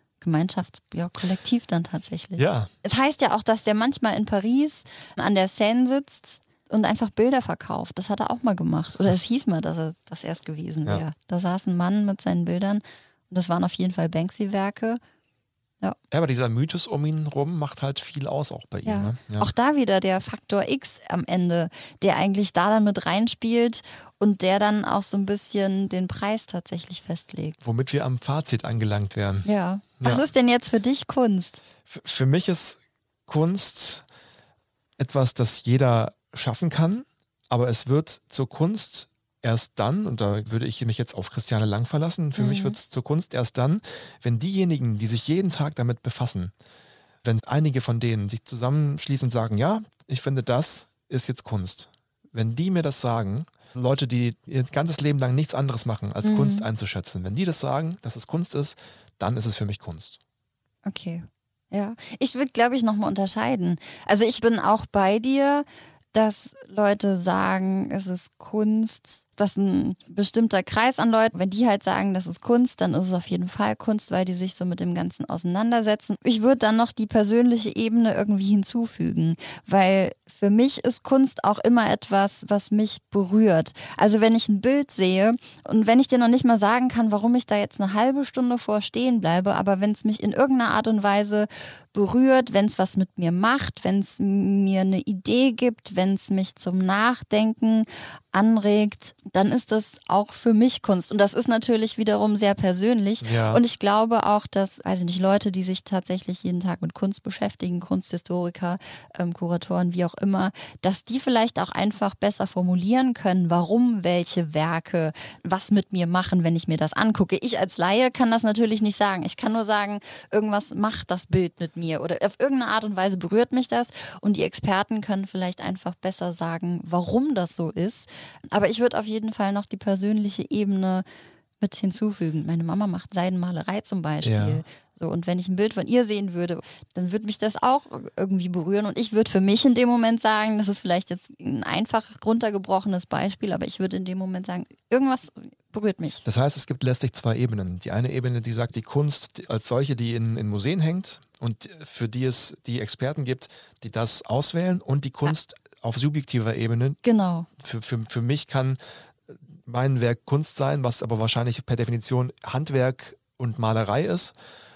Kollektiv dann tatsächlich. Ja. Es heißt ja auch, dass der manchmal in Paris an der Seine sitzt und einfach Bilder verkauft. Das hat er auch mal gemacht. Oder es hieß mal, dass er es gewesen wäre. Ja. Da saß ein Mann mit seinen Bildern und das waren auf jeden Fall Banksy-Werke. Ja, aber dieser Mythos um ihn rum macht halt viel aus auch bei ihm. Ja. Ne? Ja. Auch da wieder der Faktor X am Ende, der eigentlich da dann mit reinspielt und der dann auch so ein bisschen den Preis tatsächlich festlegt. Womit wir am Fazit angelangt werden. Ja. Was ist denn jetzt für dich Kunst? Für mich ist Kunst etwas, das jeder schaffen kann, aber es wird zur Kunst erst dann, und da würde ich mich jetzt auf Christiane Lang verlassen, für mich wird es zur Kunst erst dann, wenn diejenigen, die sich jeden Tag damit befassen, wenn einige von denen sich zusammenschließen und sagen, ja, ich finde, das ist jetzt Kunst. Wenn die mir das sagen, Leute, die ihr ganzes Leben lang nichts anderes machen, als Kunst einzuschätzen, wenn die das sagen, dass es Kunst ist, dann ist es für mich Kunst. Okay, ja. Ich würde, glaube ich, nochmal unterscheiden. Also ich bin auch bei dir, dass Leute sagen, es ist Kunst, dass ein bestimmter Kreis an Leuten, wenn die halt sagen, das ist Kunst, dann ist es auf jeden Fall Kunst, weil die sich so mit dem Ganzen auseinandersetzen. Ich würde dann noch die persönliche Ebene irgendwie hinzufügen, weil für mich ist Kunst auch immer etwas, was mich berührt. Also wenn ich ein Bild sehe und wenn ich dir noch nicht mal sagen kann, warum ich da jetzt eine halbe Stunde vor stehen bleibe, aber wenn es mich in irgendeiner Art und Weise berührt, wenn es was mit mir macht, wenn es mir eine Idee gibt, wenn wenn es mich zum Nachdenken anregt, dann ist das auch für mich Kunst. Und das ist natürlich wiederum sehr persönlich. Ja. Und ich glaube auch, dass, weiß ich nicht, Leute, die sich tatsächlich jeden Tag mit Kunst beschäftigen, Kunsthistoriker, Kuratoren, wie auch immer, dass die vielleicht auch einfach besser formulieren können, warum welche Werke was mit mir machen, wenn ich mir das angucke. Ich als Laie kann das natürlich nicht sagen. Ich kann nur sagen, irgendwas macht das Bild mit mir oder auf irgendeine Art und Weise berührt mich das. Und die Experten können vielleicht einfach besser sagen, warum das so ist. Aber ich würde auf jeden Fall noch die persönliche Ebene mit hinzufügen. Meine Mama macht Seidenmalerei zum Beispiel. Ja. So, und wenn ich ein Bild von ihr sehen würde, dann würde mich das auch irgendwie berühren. Und ich würde für mich in dem Moment sagen, das ist vielleicht jetzt ein einfach runtergebrochenes Beispiel, aber ich würde in dem Moment sagen, irgendwas berührt mich. Das heißt, es gibt letztlich zwei Ebenen. Die eine Ebene, die sagt, die Kunst als solche, die in Museen hängt und für die es die Experten gibt, die das auswählen, und die Kunst auf subjektiver Ebene. Genau. Für mich kann mein Werk Kunst sein, was aber wahrscheinlich per Definition Handwerk und Malerei ist.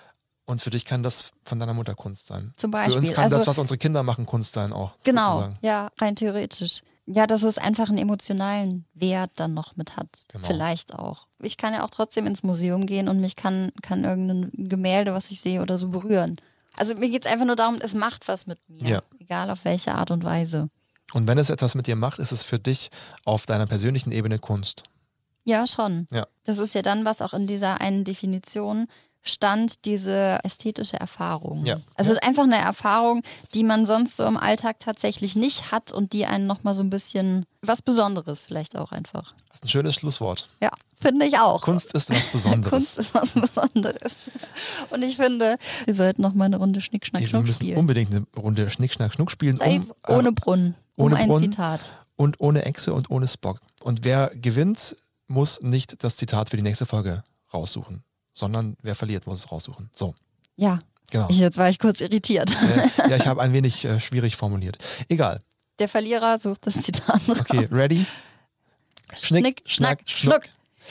Und für dich kann das von deiner Mutter Kunst sein. Zum Beispiel. Für uns kann das, was unsere Kinder machen, Kunst sein auch. Genau, sozusagen. ja, rein theoretisch. Ja, dass es einfach einen emotionalen Wert dann noch mit hat. Genau. Vielleicht auch. Ich kann ja auch trotzdem ins Museum gehen und mich kann irgendein Gemälde, was ich sehe oder so, berühren. Also mir geht es einfach nur darum, es macht was mit mir. Ja. Egal auf welche Art und Weise. Und wenn es etwas mit dir macht, ist es für dich auf deiner persönlichen Ebene Kunst. Ja, schon. Ja. Das ist ja dann, was auch in dieser einen Definition stand, diese ästhetische Erfahrung. Ja. Also einfach eine Erfahrung, die man sonst so im Alltag tatsächlich nicht hat und die einen nochmal so ein bisschen was Besonderes vielleicht auch einfach. Das ist ein schönes Schlusswort. Ja, finde ich auch. Kunst ist was Besonderes. Kunst ist was Besonderes. Und ich finde, wir sollten noch mal eine Runde Schnick, Schnack, Wir Schnuck müssen spielen. unbedingt eine Runde Schnick, Schnack, Schnuck spielen. Safe, ohne Brunnen. ohne ein Brunnen. Zitat. Und ohne Echse und ohne Spock. Und wer gewinnt, muss nicht das Zitat für die nächste Folge raussuchen, sondern wer verliert, muss es raussuchen. So, Ja, genau. jetzt war ich kurz irritiert. Ja, ich habe ein wenig schwierig formuliert. Egal. Der Verlierer sucht das Zitat raus. Okay, ready? Schnick, Schnack, Schnuck.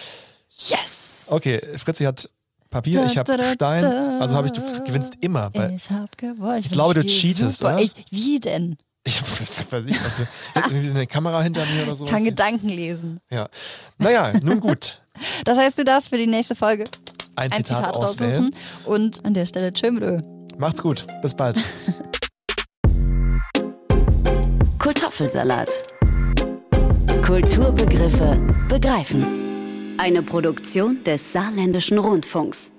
Yes! Okay, Fritzi hat Papier, ich habe Stein. Also du gewinnst immer. Weil Ich hab gewonnen. Ich glaube, du cheatest, oder? Wie denn? ich weiß nicht, irgendwie eine Kamera hinter mir oder so. Kann Gedanken lesen. Ja. Naja, nun gut. Das heißt, du darfst für die nächste Folge Ein ein Zitat Zitat auswählen. raussuchen. Und an der Stelle tschö mit Ö. Macht's gut. Bis bald. Kartoffelsalat. Kulturbegriffe begreifen. Eine Produktion des Saarländischen Rundfunks.